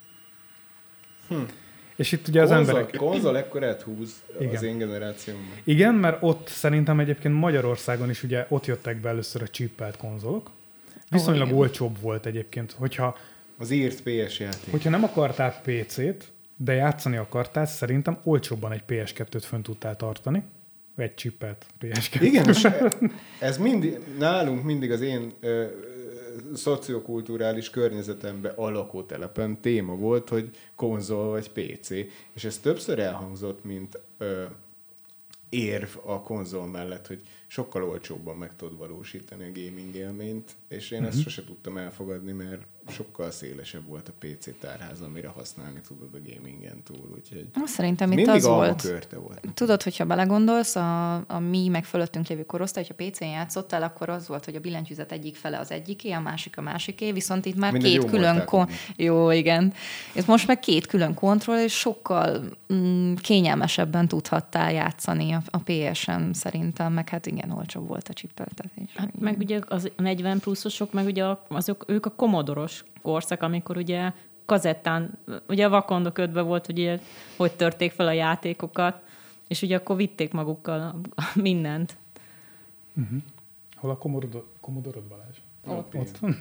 És itt ugye az emberek... Konzol ekkorát húz az Igen. én generációmban. Igen, mert ott szerintem egyébként Magyarországon is ugye ott jöttek be először a chippelt konzolok. Viszonylag igen. olcsóbb volt egyébként, Az írt PS játék. hogyha nem akartál PC-t, de játszani akartál, szerintem olcsóbban egy PS2-t fönn tudtál tartani. Egy chippelt PS2. Igen, és ez nálunk mindig az én szociokulturális környezetemben a lakótelepen téma volt, hogy konzol vagy PC. És ez többször elhangzott, mint érv a konzol mellett, hogy sokkal olcsóbban meg tudod valósítani a gaming élményt, és én ezt sose tudtam elfogadni, mert sokkal szélesebb volt a PC tárház, amire használni tudod a gamingen túl, úgyhogy Szerintem itt mindig az volt. almakörte volt. Tudod, hogyha belegondolsz, a mi meg fölöttünk lévő korosztály, hogyha PC-n játszottál, akkor az volt, hogy a billentyűzet egyik fele az egyiké, a másiké, viszont itt már Mindegy, két jó külön... voltál Jó, igen. Ez most meg két külön kontroll, és sokkal kényelmesebben tudhattál játszani a PS-en szerintem, meg hát igen, olcsóbb volt a csipeltetés. Hát meg ugye az 40 pluszosok, meg ugye ők a Commodore-os korszak, amikor ugye kazettán, ugye a Vakonda ködbe volt, hogy törték fel a játékokat, és ugye akkor vitték magukkal mindent. Hol a Commodore-od, Balázs? Ott van.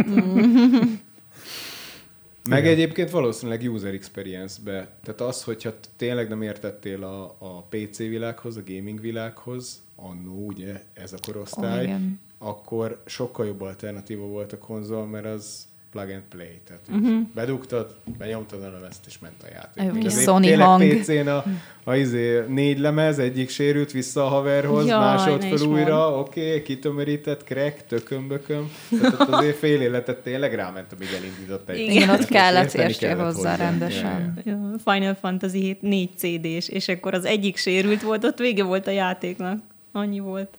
Meg egyébként valószínűleg user experience-be. Tehát az, hogyha tényleg nem értettél a PC világhoz, a gaming világhoz, annó ugye ez a korosztály, akkor sokkal jobb alternatíva volt a konzol, mert az plug and play. Tehát bedugtad, benyomtad a lemezt, és ment a játék. Sony hang. PC-n a 4 lemez, egyik sérült vissza a haverhoz, másodföl újra, oké, kitömörített, crack, tökömbököm. Tehát azért fél életet tényleg ráment, amíg elindított egy. Igen, ott kellett értsél hozzá rendesen. Final Fantasy 7 4 CD-s, és akkor az egyik sérült volt, ott vége volt a játéknak. Annyi volt.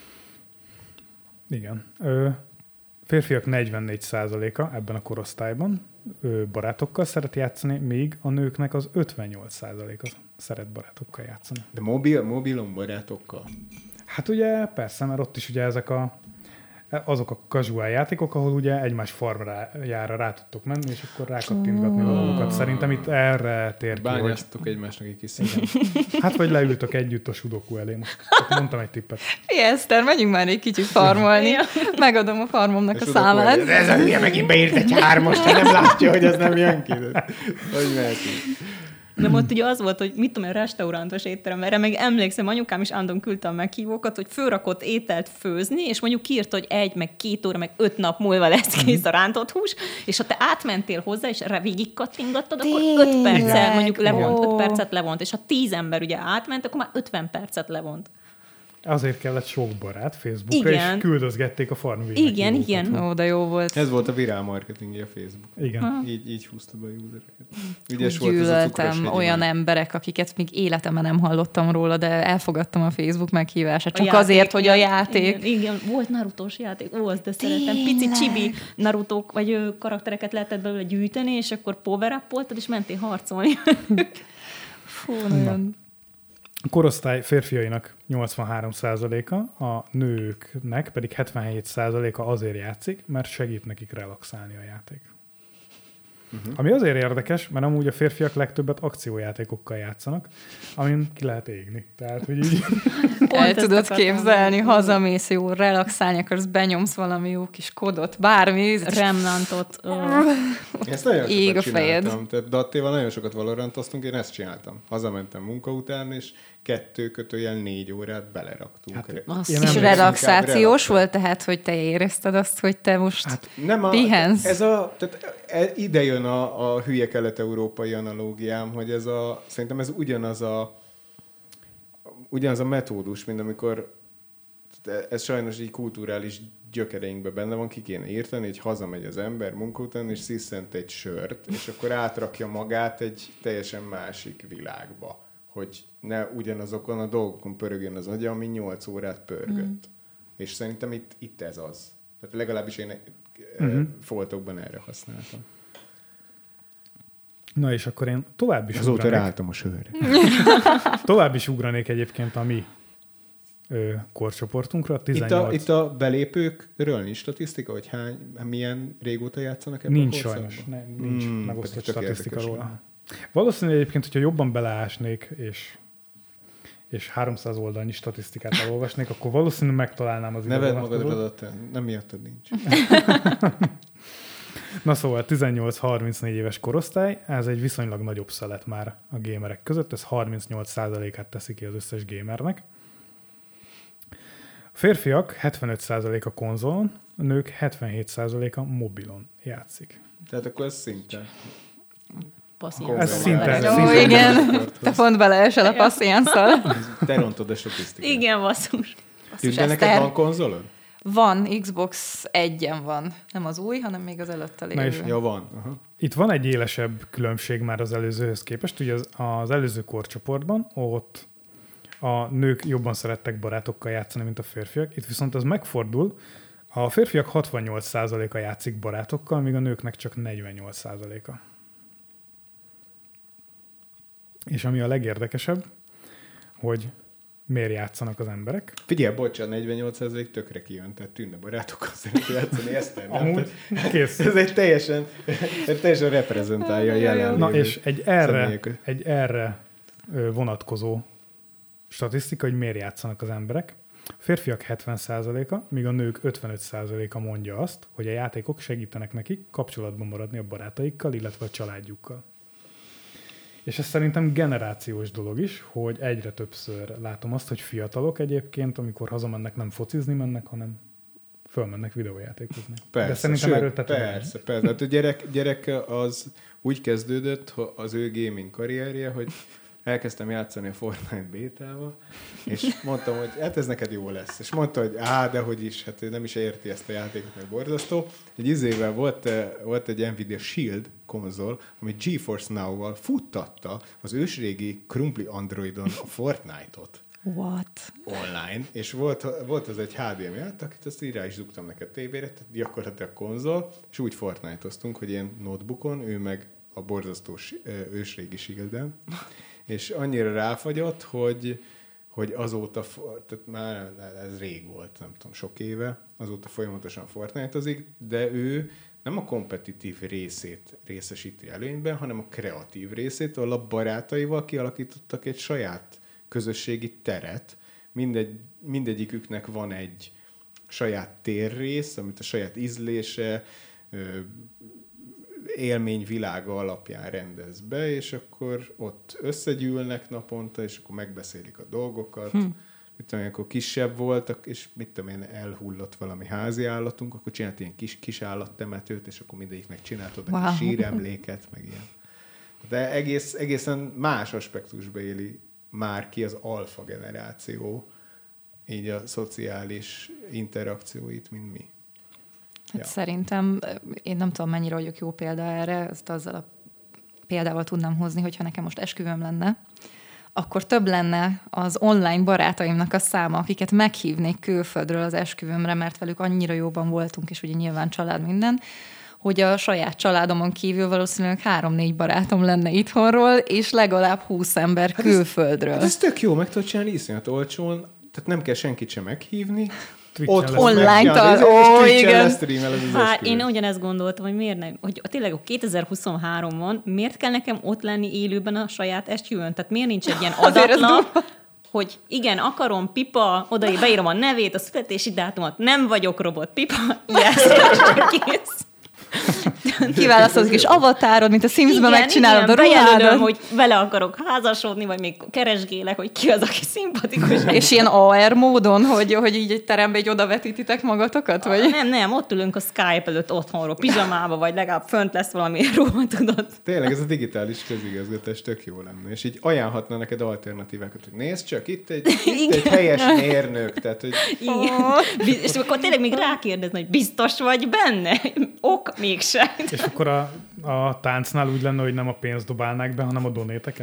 Igen. Férfiak 44%-a ebben a korosztályban barátokkal szeret játszani, míg a nőknek az 58%-a szeret barátokkal játszani. De mobilon barátokkal? Hát ugye persze, mert ott is ugye ezek azok a casual játékok, ahol ugye egymás farmjára rá tudtok menni, és akkor rákattintgatni dolgokat. Szerintem itt erre tér ki, bányáztatok egymásnak egy kis színen. Hát vagy leültök együtt a sudoku elé. Most mondtam egy tippet. Eszter, menjünk már egy kicsit farmolni. Megadom a farmomnak a számát. Ez a hülye megint beírt egy 3-ast, ha nem látja, hogy ez nem jön ki. Hogy mehetünk? De ott ugye az volt, hogy mit tudom, restaurantos étterem, erre meg emlékszem, anyukám is állandóan küldte a meghívókat, hogy fölrakott ételt főzni, és mondjuk kiírt, hogy 1, meg 2 óra, meg 5 nap múlva lesz kész a rántott hús, és ha te átmentél hozzá, és végig kattingattad, akkor 5 perccel mondjuk levont, 5 percet levont, és ha 10 ember ugye átment, akkor már 50 percet levont. Azért kellett sok barát Facebookra, igen. És küldözgették a farm végig. Igen. Ó, de jó volt. Ez volt a virál marketingje a Facebook. Igen. Így húzta be a usereket. Ügyes volt volt ez a gyűlöltem olyan emberek, akiket még életemben nem hallottam róla, de elfogadtam a Facebook meghívását. Csak azért, hogy a játék... Igen, volt Narutós játék. Ó, azt de szeretem. Pici csibi Narutók, vagy karaktereket lehetett belőle gyűjteni, és akkor power-up-oltad, és mentél harcolni. Fú, nagyon... A korosztály férfiainak 83%-a, a nőknek pedig 77%-a azért játszik, mert segít nekik relaxálni a játék. Ami azért érdekes, mert amúgy a férfiak legtöbbet akciójátékokkal játszanak, amin ki lehet égni. Tehát, hogy így... El tudod képzelni, hazamész, jó, relaxálni akarsz, benyomsz valami jó kis kodot, bármi. Remnantot. Ezt nagyon Ég sokat a fejed. csináltam. Tehát Dattéval nagyon sokat valorantoztunk, én ezt csináltam. Hazamentem munka után, és 2-4 órát beleraktunk. Hát, és relaxációs volt, tehát, hogy te érezted azt, hogy te most pihensz? Ide jön a hülye kelet-európai analógiám, hogy szerintem ez ugyanaz a metódus, mint amikor ez sajnos így kulturális gyökereinkben benne van, ki kéne írtani, hogy hazamegy az ember munka után, és sziszent egy sört, és akkor átrakja magát egy teljesen másik világba, hogy ne ugyanazokon a dolgokon pörögjön az agya, ami 8 órát pörgött. És szerintem itt ez az. Tehát legalábbis én foltokban erre használtam. Na és akkor én tovább is azóta ráálltam a sörre. Tovább is ugranék egyébként a mi korcsoportunkra. 18... Itt a belépőkről nincs statisztika, hogy milyen régóta játszanak ebben nincs a korszakban? Sajnos, nincs megosztott statisztika róla. Valószínűleg egyébként, hogyha jobban beleásnék, és 300 oldalnyi statisztikát elolvasnék, akkor valószínűleg megtalálnám az ide vonatkozót. Neved magadra, nem miattad nincs. Na szóval 18-34 éves korosztály, ez egy viszonylag nagyobb szelet már a gémerek között, ez 38%-át teszi ki az összes gémernek. A férfiak 75% a konzolon, a nők 77% a mobilon játszik. Tehát akkor ez szinte... Ez szinte. Jó, igen. Te pont beleesel a passziánszal. Te rontod a statisztikát. Igen, basszus. Tűnde neked van konzolod? Van, Xbox 1-en van. Nem az új, hanem még az előtte lévő. Na és Ja, van. Aha. Itt van egy élesebb különbség már az előzőhöz képest. Ugye az előző korcsoportban ott a nők jobban szerettek barátokkal játszani, mint a férfiak. Itt viszont az megfordul. A férfiak 68%-a játszik barátokkal, míg a nőknek csak 48%-a. És ami a legérdekesebb, hogy miért játszanak az emberek. Figyelj, bocsánat, 48% tökre kijön, tehát tűnne barátokkal szeretni játszani, ezt nem. Amúgy kész. Ez egy teljesen reprezentálja a jelenlévő. Na és egy személyeket. erre vonatkozó statisztika, hogy miért játszanak az emberek. A férfiak 70%-a, míg a nők 55%-a mondja azt, hogy a játékok segítenek nekik kapcsolatban maradni a barátaikkal, illetve a családjukkal. És ez szerintem generációs dolog is, hogy egyre többször látom azt, hogy fiatalok egyébként, amikor hazamennek, nem focizni mennek, hanem fölmennek videójátékozni. Persze, de szerintem erről tettem. persze. Hát a gyerek az úgy kezdődött, az ő gaming karrierje, hogy elkezdtem játszani a Fortnite bétával, és mondtam, hogy hát ez neked jó lesz. És mondta, hogy dehogy is, hát ő nem is érti ezt a játékot, meg borzasztó. Egy izével volt egy Nvidia Shield konzol, ami GeForce Now-val futtatta az ősrégi krumpli Androidon a Fortnite-ot. What? Online, és volt az egy HDMI akit azt így rá is dugtam neked tévére, tehát gyakorlatilag konzol, és úgy Fortnite-oztunk, hogy ilyen notebookon, ő meg a borzasztó ősrégi Shield-en, és annyira ráfagyott, hogy azóta, tehát már ez rég volt, nem tudom, sok éve, azóta folyamatosan Fortnite-ozik, de ő nem a kompetitív részét részesíti előnyben, hanem a kreatív részét, ahol a barátaival kialakítottak egy saját közösségi teret. Mindegyiküknek van egy saját térrész, amit a saját ízlése, élményvilága alapján rendez be, és akkor ott összegyűlnek naponta, és akkor megbeszélik a dolgokat. Mit tudom, akkor kisebb voltak, és mit tudom én, elhullott valami házi állatunk, akkor csinált ilyen kis állattemetőt, és akkor mindegyiknek csinált oda kis síremléket, meg ilyen. De egészen más aspektusba éli már ki az alfa generáció, így a szociális interakcióit, mint mi. Hát szerintem, én nem tudom, mennyire vagyok jó példa erre, ezt azzal a példával tudnám hozni, hogyha nekem most esküvőm lenne, akkor több lenne az online barátaimnak a száma, akiket meghívnék külföldről az esküvőmre, mert velük annyira jóban voltunk, és ugye nyilván család minden, hogy a saját családomon kívül valószínűleg 3-4 barátom lenne itthonról, és legalább 20 ember külföldről. Ez tök jó, meg tudod csinálni iszonyat olcsón, tehát nem kell senkit sem meghívni. Twitch-en lesz online-tal, igen. Hát én ugyanezt gondoltam, hogy miért nem, hogy tényleg a 2023-on miért kell nekem ott lenni élőben a saját esküvőn? Tehát miért nincs egy ilyen adatlap, hogy igen, akarom, pipa, oda beírom a nevét, a születési dátumot, nem vagyok robot, pipa, yes, kész. Kiválasztod kis avatárod, mint a Sims-ben megcsinálod a ruhádat. hogy vele akarok házasodni, vagy még keresgélek, hogy ki az, aki szimpatikus. És ilyen AR módon, hogy így egy terembe így odavetítitek magatokat? Vagy? Nem, ott ülünk a Skype előtt otthonról, pizsamába, vagy legalább fönt lesz valami ruha, tudod. Tényleg ez a digitális közigazgatás tök jó lenne, és így ajánlhatna neked alternatívákat, hogy nézd csak, itt egy helyes mérnök, tehát hogy... Igen. És akkor tényleg még rákérdezni, hogy biztos vagy benne? Ok, mégsem. És akkor a táncnál úgy lenne, hogy nem a pénzt dobálnák be, hanem a donéteket?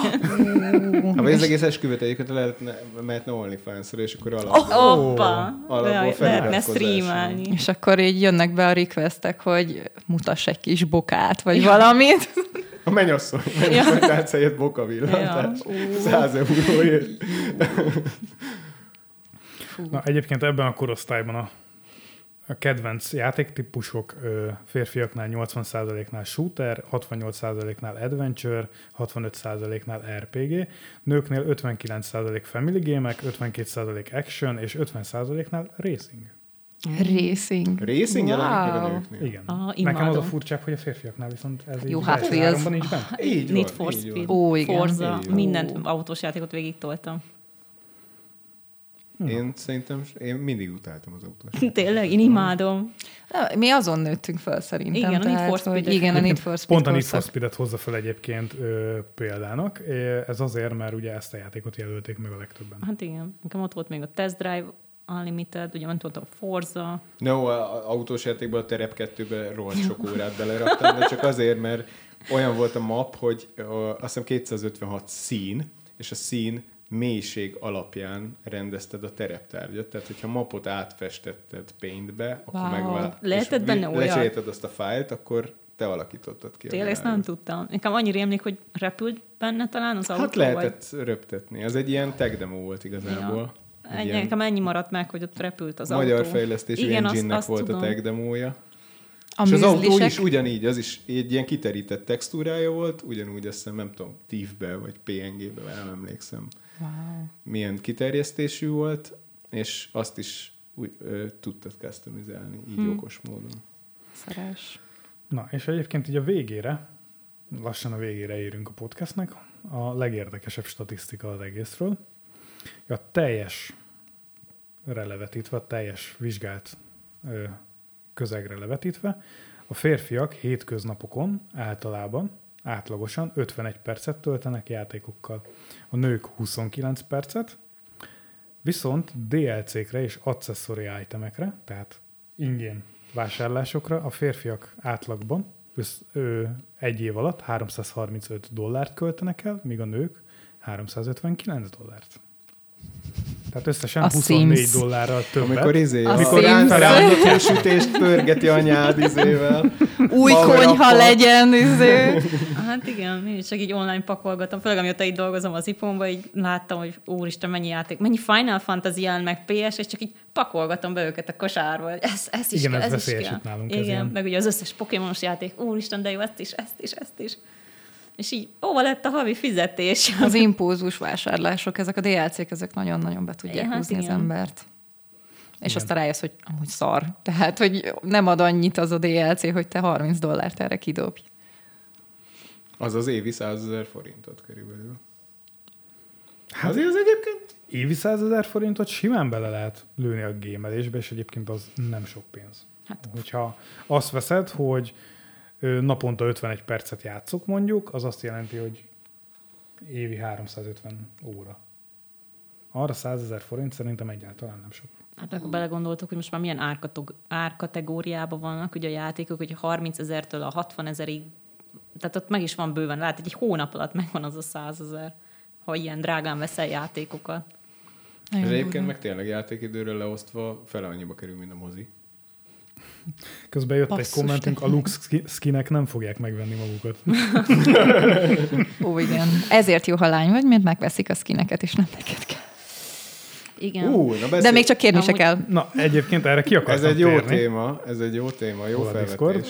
Vagy az egész esküvőt egyébként mehetne OnlyFans-ra, és akkor alapból lehetne streamelni. És akkor így jönnek be a requestek, hogy mutass egy kis bokát, vagy valamit. A mennyasszony tánc helyett bokavillantás. 100 euróért. Na, egyébként ebben a korosztályban a kedvenc játéktípusok férfiaknál 80%-nál shooter, 68%-nál adventure, 65%-nál RPG, nőknél 59% family game-ek, 52% action, és 50%-nál racing. Racing. Racing jelenik meg a nőknél? Igen. Nekem az a furcsább, hogy a férfiaknál viszont ez jó, így hát háromban nincs benne. Így Need van, for így Speed, van. Igen. Forza, mindent autós játékot végig toltam. Én szerintem mindig utáltam az autós. Tényleg, én imádom. Mi azon nőttünk fel szerintem. Igen, a Need for Speed. Igen, a Need for Speed. Pont a Need for Speed-et hozza fel egyébként példának. Ez azért, mert ugye ezt a játékot jelölték meg a legtöbben. Hát igen, nekem ott volt még a Test Drive, Unlimited, ugye mondtam, Forza. No, a autós játékban a Terep 2-ben rohadt sok órát beleraktam, de csak azért, mert olyan volt a map, hogy azt hiszem 256 szín, és a szín mélység alapján rendezted a tereptárgyat. Tehát, hogyha mapot átfestetted Paintbe, akkor lehetett benne olyan? lecserélted azt a fájlt, akkor te alakítottad ki. Tényleg ezt nem tudtam. Nekem annyira emlék, hogy repült benne talán az autó. Hát lehetett röptetni. Az egy ilyen tech demo volt igazából. Ja. Nekem ennyi maradt meg, hogy ott repült az magyar autó. fejlesztésű engine-nek volt tudom. a tech demója. A és az autó műzlisek. is ugyanígy, az is egy ilyen kiterített textúrája volt, ugyanúgy azt hiszem, nem tudom, TIFF-be vagy PNG-be, nem emlékszem. Wow. Milyen kiterjesztésű volt, és azt is tudtad customizálni, így okos módon. Szeres. Na, és egyébként így a végére, lassan a végére érünk a podcastnek, a legérdekesebb statisztika az egészről. A teljes levetítve, a teljes vizsgált közegre levetítve, a férfiak hétköznapokon általában, átlagosan 51 percet töltenek játékokkal, a nők 29 percet, viszont DLC-kre és accessory itemekre, tehát ingyen vásárlásokra a férfiak átlagban egy év alatt $335 költenek el, míg a nők $359. Tehát összesen A $24 többet. Amikor rántott sütést pörgeti anyád Új konyha legyen, Hát igen, én csak így online pakolgatom. Főleg amióta itt dolgozom az IPON-ba, így láttam, hogy úristen, mennyi játék, mennyi Final Fantasy jelen meg PS, és csak így pakolgatom be őket a kosárba. Ez is igen, kell, ez is kell. nálunk. Igen, meg ugye az összes Pokémonos játék, úristen, de jó, ezt is. És így, hova lett a havi fizetés? Az impulzus vásárlások, ezek a DLC-k, ezek nagyon-nagyon be tudják húzni az embert. És Igen. aztán rájössz, hogy amúgy szar. Tehát, hogy nem ad annyit az a DLC, hogy te $30 erre kidobj. Az az évi 100 000 forintot körülbelül. Hát azért az egyébként... Évi 100 000 forintot simán bele lehet lőni a gémelésbe, és egyébként az nem sok pénz. Hát. Hogyha azt veszed, hogy naponta 51 percet játszok mondjuk, az azt jelenti, hogy évi 350 óra. Arra 100 000 forint szerintem egyáltalán nem sok. Hát akkor belegondoltok, hogy most már milyen árkategóriában vannak ugye a játékok, hogy 30 000-től a 60 000-ig, tehát ott meg is van bőven, lehet, hogy egy hónap alatt megvan az a 100 000, ha ilyen drágán veszel játékokat. És egyébként meg tényleg játékidőről leosztva fele annyiba kerül, mint a mozi. Közben jött egy kommentünk, a Lux skinek nem fogják megvenni magukat. Ó, igen. Ezért jó, ha lány vagy, mert megveszik a skineket, és nem neked kell. Igen. De még csak kérni se kell. Na, egyébként erre ki akartam Ez egy jó térni. téma, jó felvetés.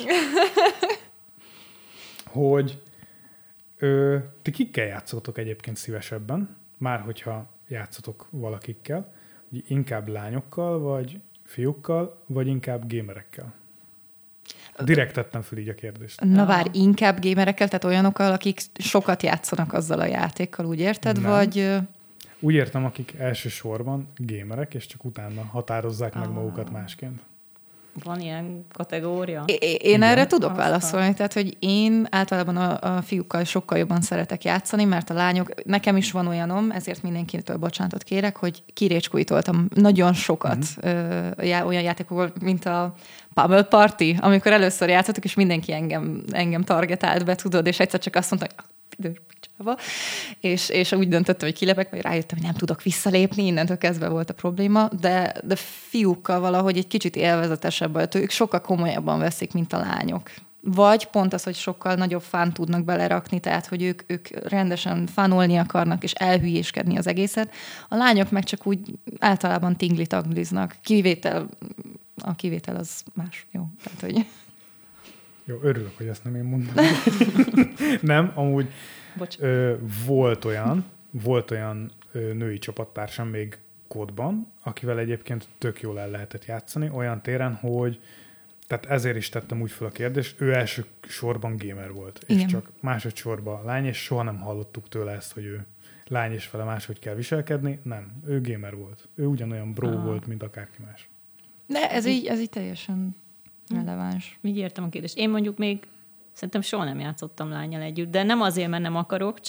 Hogy ti kikkel játszotok egyébként szívesebben, már hogyha játszotok valakikkel, inkább lányokkal, vagy fiúkkal, vagy inkább gamerekkel? Direkt tettem fel így a kérdést. Na várj, inkább gamerekkel, tehát olyanokkal, akik sokat játszanak azzal a játékkal, úgy érted? Nem. Vagy... Úgy értem, akik elsősorban gamerek, és csak utána határozzák meg magukat másként. Van ilyen kategória? Én erre tudok válaszolni, tehát, hogy én általában a fiúkkal sokkal jobban szeretek játszani, mert a lányok, nekem is van olyanom, ezért mindenkitől bocsánatot kérek, hogy kirécskújtoltam nagyon sokat olyan játékokból, mint a Pummel Party, amikor először játszottuk, és mindenki engem targetált be, tudod, és egyszer csak azt mondta, hogy és úgy döntöttem, hogy kilépek, vagy rájöttem, hogy nem tudok visszalépni, innentől kezdve volt a probléma, de fiúkkal valahogy egy kicsit élvezetesebb volt, ők sokkal komolyabban veszik, mint a lányok. Vagy pont az, hogy sokkal nagyobb fán tudnak belerakni, tehát, hogy ők rendesen fánolni akarnak, és elhülyéskedni az egészet. A lányok meg csak úgy általában tingli-tangliznak. A kivétel az más. Jó, tehát, hogy... Jó, örülök, hogy ezt nem én mondtam. Nem, amúgy volt olyan női csapattársam még kódban, akivel egyébként tök jól el lehetett játszani, olyan téren, hogy tehát ezért is tettem úgy fel a kérdést, ő első sorban gamer volt, igen. És csak másodszorban lány, és soha nem hallottuk tőle ezt, hogy ő lány és vele máshogy kell viselkedni. Nem, ő gamer volt. Ő ugyanolyan bro volt, mint akárki más. De ez így teljesen releváns. Így értem a kérdést. Én mondjuk még szerintem soha nem játszottam lánnyal együtt, de nem azért, mert nem akarok, csak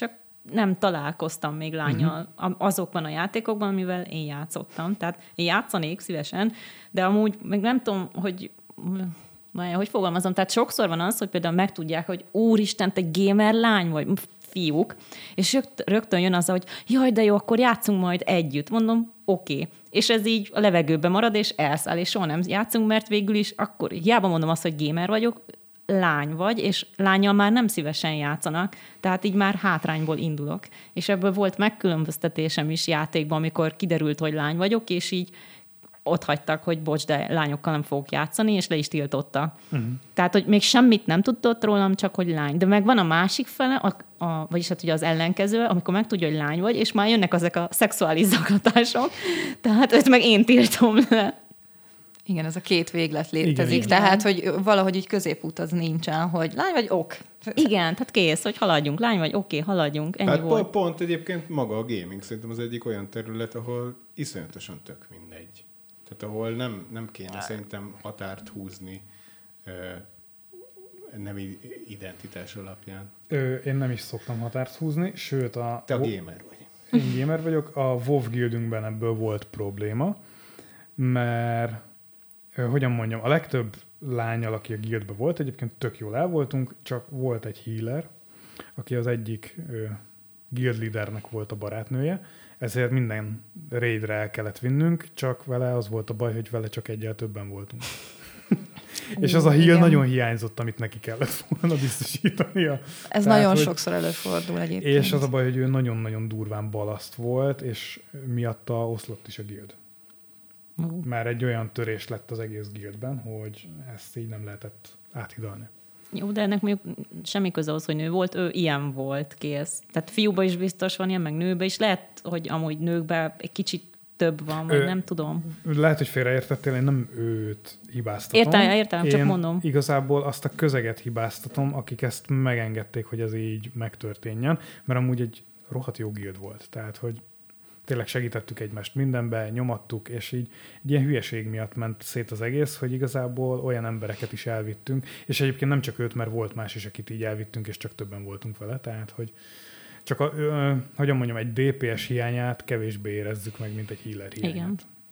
nem találkoztam még lánnyal azokban a játékokban, amivel én játszottam. Tehát én játszanék szívesen, de amúgy meg nem tudom, hogy fogalmazom. Tehát sokszor van az, hogy például megtudják, hogy úristen, te gamer lány vagy, fiúk, és rögtön jön az, hogy jaj, de jó, akkor játszunk majd együtt. Mondom, oké. És ez így a levegőben marad, és elszáll, és soha nem játszunk, mert végül is akkor hiába mondom azt, hogy gamer vagyok, lány vagy, és lánnyal már nem szívesen játszanak, tehát így már hátrányból indulok. És ebből volt megkülönböztetésem is játékban, amikor kiderült, hogy lány vagyok, és így ott hagytak, hogy bocs, de lányokkal nem fogok játszani, és le is tiltottak. Tehát, hogy még semmit nem tudott rólam, csak hogy lány. De meg van a másik fele, vagyis hát ugye az ellenkező, amikor megtudja, hogy lány vagy, és már jönnek ezek a szexuális zaklatások, tehát őt meg én tiltom le. Igen, ez a két véglet létezik. Igen. Tehát, hogy valahogy így középút az nincsen, hogy lány vagy ok. Igen, tehát kész, hogy haladjunk. Lány vagy, oké, haladjunk. Ennyi Tehát volt. pont egyébként maga a gaming szerintem az egyik olyan terület, ahol iszonyatosan tök mindegy. Tehát ahol nem kéne szerintem határt húzni nem identitás alapján. Én nem is szoktam határt húzni, sőt Te a gamer vagy. Én gamer vagyok, a WoW guildünkben ebből volt probléma, mert hogyan mondjam, a legtöbb lányal, aki a guildben volt, egyébként tök jól el voltunk, csak volt egy healer, aki az egyik guild leadernek volt a barátnője, ezért minden raidre el kellett vinnünk, csak vele az volt a baj, hogy vele csak egyel többen voltunk. És az a heal igen. nagyon hiányzott, amit neki kellett volna biztosítania. Ez Tehát, nagyon hogy- sokszor előfordul egyébként. És az a baj, hogy ő nagyon-nagyon durván balaszt volt, és miatta oszlott is a guild. Már egy olyan törés lett az egész guildben, hogy ezt így nem lehetett áthidalni. Jó, de ennek mondjuk semmi köze ahhoz, hogy nő volt, ő ilyen volt, kész. Tehát fiúban is biztos van ilyen, meg nőben is. Lehet, hogy amúgy nőkben egy kicsit több van, vagy nem tudom. Lehet, hogy félreértettél, én nem őt hibáztatom. Értem, csak Én mondom. igazából azt a közeget hibáztatom, akik ezt megengedték, hogy ez így megtörténjen, mert amúgy egy rohadt jó guild volt. Tehát, hogy tényleg segítettük egymást mindenbe, nyomattuk, és így egy ilyen hülyeség miatt ment szét az egész, hogy igazából olyan embereket is elvittünk, és egyébként nem csak őt, mert volt más is, akit így elvittünk, és csak többen voltunk vele, tehát, hogy csak hogyan mondjam, egy DPS hiányát kevésbé érezzük meg, mint egy healer hiányát. Igen.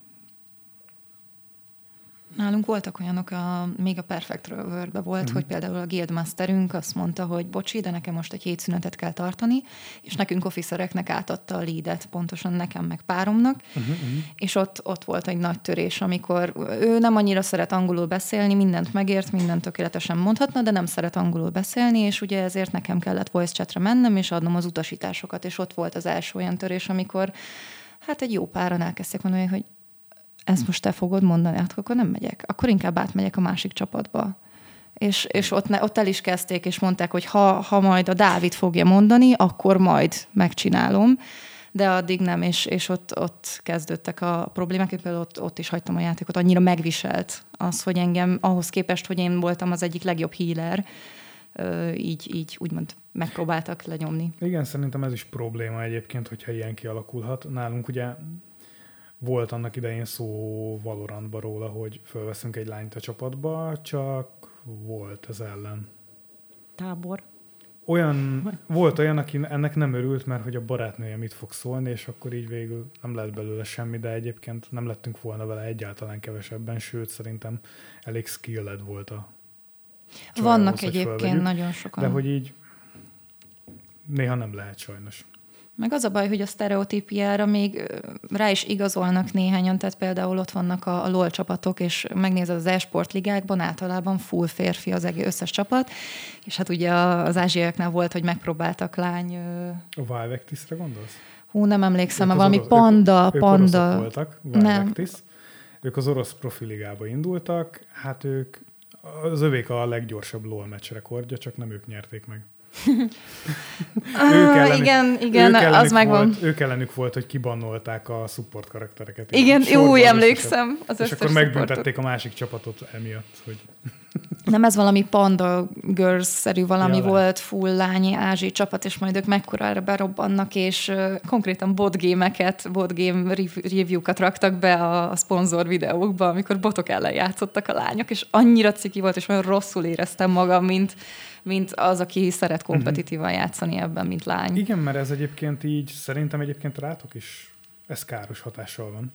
Nálunk voltak olyanok, még a Perfect World-ben volt, hogy például a Guildmasterünk azt mondta, hogy bocsi, de nekem most egy hétszünetet kell tartani, és nekünk officereknek átadta a leadet, pontosan nekem meg páromnak, és ott volt egy nagy törés, amikor ő nem annyira szeret angolul beszélni, mindent megért, mindent tökéletesen mondhatna, de nem szeret angolul beszélni, és ugye ezért nekem kellett voice chatre mennem, és adnom az utasításokat, és ott volt az első olyan törés, amikor hát egy jó páran elkezdték mondani, hogy ezt most te fogod mondani, hát akkor nem megyek. Akkor inkább átmegyek a másik csapatba. És ott el is kezdték, és mondták, hogy ha majd a Dávid fogja mondani, akkor majd megcsinálom. De addig nem, és ott kezdődtek a problémák, én például ott is hagytam a játékot. Annyira megviselt az, hogy engem ahhoz képest, hogy én voltam az egyik legjobb healer, így úgymond megpróbáltak lenyomni. Igen, szerintem ez is probléma egyébként, hogyha ilyen kialakulhat. Nálunk ugye volt annak idején szó Valorantban róla, hogy fölveszünk egy lányt a csapatba, csak volt ez ellen. Tábor. Volt olyan, aki ennek nem örült, mert hogy a barátnője mit fog szólni, és akkor így végül nem lett belőle semmi, de egyébként nem lettünk volna vele egyáltalán kevesebben, sőt szerintem elég skilled volt a csaj Vannak ahhoz, hogy egyébként fölvegyük, nagyon sokan. de hogy így néha nem lehet sajnos. Meg az a baj, hogy a sztereotípiára még rá is igazolnak néhányan, tehát például ott vannak a LOL csapatok, és megnézed az e-sport ligákban, általában full férfi az összes csapat, és hát ugye az ázsiaiaknál volt, hogy megpróbáltak lány... A Vivectis-re gondolsz? Hú, nem emlékszem, Ők valami ők panda. oroszok voltak, Nem. Vivectis. Ők az orosz profiligába indultak, hát az övék a leggyorsabb LOL meccs rekordja, csak nem ők nyerték meg. Igen, az megvan. Ők ellenük volt, hogy kibannolták a support karaktereket. Igen, Sorban úgy az emlékszem. Az és összes akkor megbüntették supportot. a másik csapatot emiatt, hogy... Nem ez valami Panda Girls-szerű valami Ja, lehet. volt, full lányi ázsi csapat, és majd ők mekkorára berobbannak, és konkrétan botgame review-kat raktak be a szponzor videókba, amikor botok ellen játszottak a lányok, és annyira ciki volt, és olyan rosszul éreztem magam, mint az, aki szeret kompetitívan játszani ebben, mint lány. Igen, mert ez egyébként így, szerintem egyébként rátok is ez káros hatással van.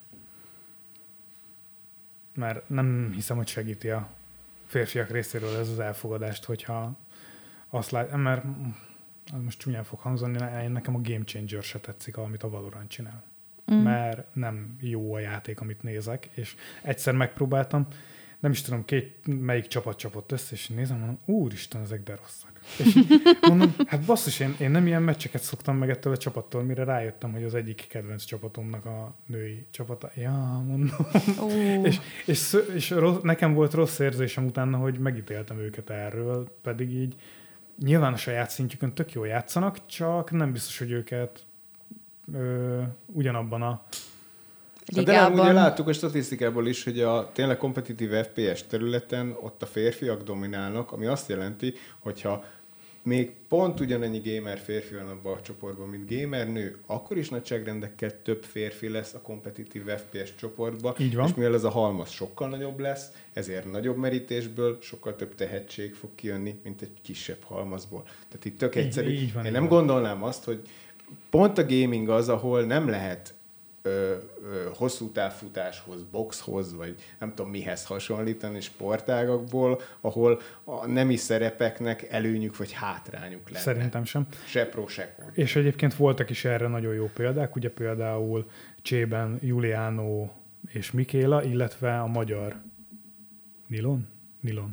Mert nem hiszem, hogy segíti a férfiak részéről ez az elfogadást, hogyha azt lát, mert az most csúnyán fog hangzani, nekem a Game Changer se tetszik, amit a Valorant csinál. Mert nem jó a játék, amit nézek, és egyszer megpróbáltam, nem is tudom, melyik csapat csapott össze, és nézem, mondom, úristen, ezek de rosszak. És mondom, hát basszus, én nem ilyen meccseket szoktam meg ettől a csapattól, mire rájöttem, hogy az egyik kedvenc csapatomnak a női csapata. Ja, mondom. És nekem volt rossz érzésem utána, hogy megítéltem őket erről, pedig így nyilván a saját szintjükön tök jól játszanak, csak nem biztos, hogy őket ugyanabban a de nem, ugye láttuk a statisztikából is, hogy a tényleg kompetitív FPS területen ott a férfiak dominálnak, ami azt jelenti, hogyha még pont ugyanennyi gamer férfi van abban a csoportban, mint gamer nő, akkor is nagyságrendekkel több férfi lesz a kompetitív FPS csoportban, és mivel ez a halmaz sokkal nagyobb lesz, ezért nagyobb merítésből sokkal több tehetség fog kijönni, mint egy kisebb halmazból. Tehát itt tök egyszerű. Én nem gondolnám azt, hogy pont a gaming az, ahol nem lehet hosszú távfutáshoz, boxhoz, vagy nem tudom mihez hasonlítani sportágakból, ahol a nemi szerepeknek előnyük vagy hátrányuk lenne. Szerintem sem. Se pro, se kon. És egyébként voltak is erre nagyon jó példák, ugye például Csében Juliano és Mikéla, illetve a magyar Nilon.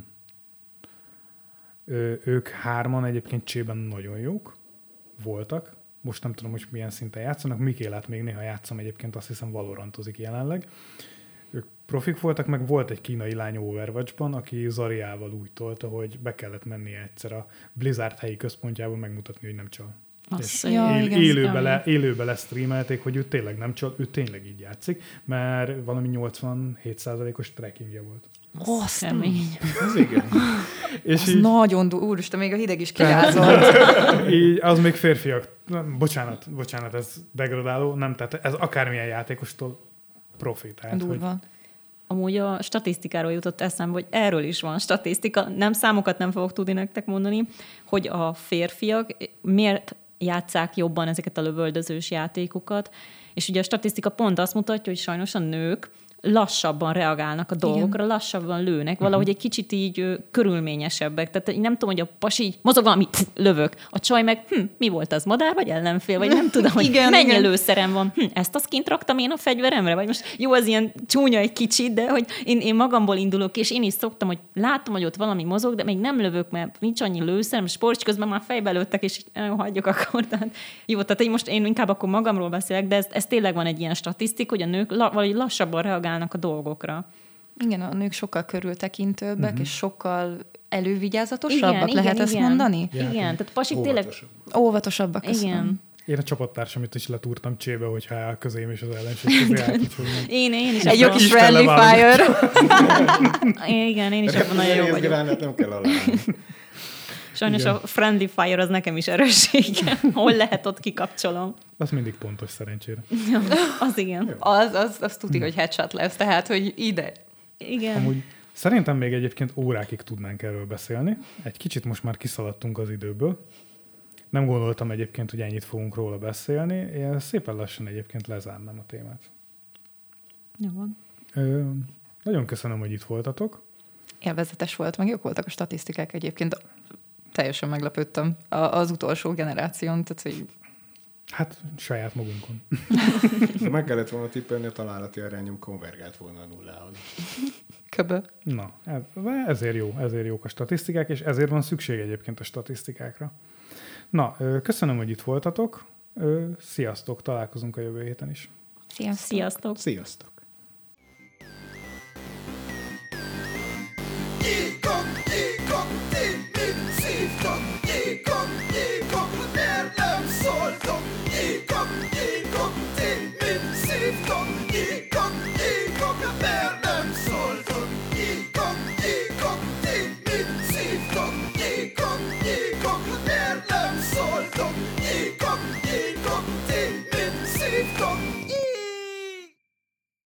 Ők hárman egyébként Csében nagyon jók voltak. Most nem tudom, hogy milyen szinten játszanak. Mikélát még néha játszom, egyébként azt hiszem Valorantozik jelenleg. Ők profik voltak, meg volt egy kínai lány Overwatchban, aki Zariával úgy tolta, hogy be kellett mennie egyszer a Blizzard helyi központjába megmutatni, hogy nem csal. És élőbe lesztreamelték, hogy ő tényleg nem csal, ő tényleg így játszik, mert valami 87%-os trackingje volt. Kemény. Ez igen. És az így, nagyon úristen, még a hideg is kirázott. Így, az még férfiak. Bocsánat, ez degradáló, nem, tehát ez akármilyen játékostól profitál. Durva. Hogy... Amúgy a statisztikáról jutott eszembe, hogy erről is van statisztika. Nem számokat nem fogok tudni nektek mondani, hogy a férfiak miért játsszák jobban ezeket a lövöldözős játékokat, és ugye a statisztika pont azt mutatja, hogy sajnos a nők lassabban reagálnak a dolgokra, lassabban lőnek, valahogy egy kicsit így körülményesebbek. Tehát nem tudom, hogy a pasi így mozog valami, lövök. A csaj meg, mi volt az, madár vagy ellenfél? Vagy nem tudom, hogy mennyi lőszerem van. Ezt azt kint raktam én a fegyveremre? Vagy most jó, az ilyen csúnya egy kicsit, de hogy én magamból indulok, és én is szoktam, hogy látom, hogy ott valami mozog, de még nem lövök, mert nincs annyi lőszerem, sports közben már fejbe lőttek, és hagyjuk akkor. Tehát, jó, tehát most én inkább akkor magamról beszélek, de ez tényleg van egy ilyen statisztik, hogy a nők valahogy lassabban reagálnak a dolgokra. Igen, a nők sokkal körültekintőbbek, és sokkal elővigyázatosabbak, lehet ezt mondani? Igen, tehát pasik tényleg óvatosabbak. Igen. Én a csapattársamit is letúrtam Csébe, hogyha a közém és az ellenség közé állt. Én is. Egy jó kis friendly fire. Igen, én is ebben nagyon jó vagyok. Nem kell alállni. Sajnos a friendly fire az nekem is erőssége. Hol lehet, ott kikapcsolom. Az mindig pontos, szerencsére. Ja, az igen. Az tudja, hogy headshot lesz, tehát, hogy ide. Igen. Amúgy szerintem még egyébként órákig tudnánk erről beszélni. Egy kicsit most már kiszaladtunk az időből. Nem gondoltam egyébként, hogy ennyit fogunk róla beszélni. Én szépen lassan egyébként lezárnám a témát. Jó van. Nagyon köszönöm, hogy itt voltatok. Élvezetes volt, meg jók voltak a statisztikák egyébként. Teljesen meglepődtem az utolsó generáción, tehát hogy... Hát saját magunkon. Meg kellett volna tippelni, a találati arányom konvergált volna a nullához. Köbö. Na, ezért jók a statisztikák, és ezért van szükség egyébként a statisztikákra. Na, köszönöm, hogy itt voltatok. Sziasztok, találkozunk a jövő héten is. Sziasztok. Sziasztok. Miért nem szóltok? hívtok,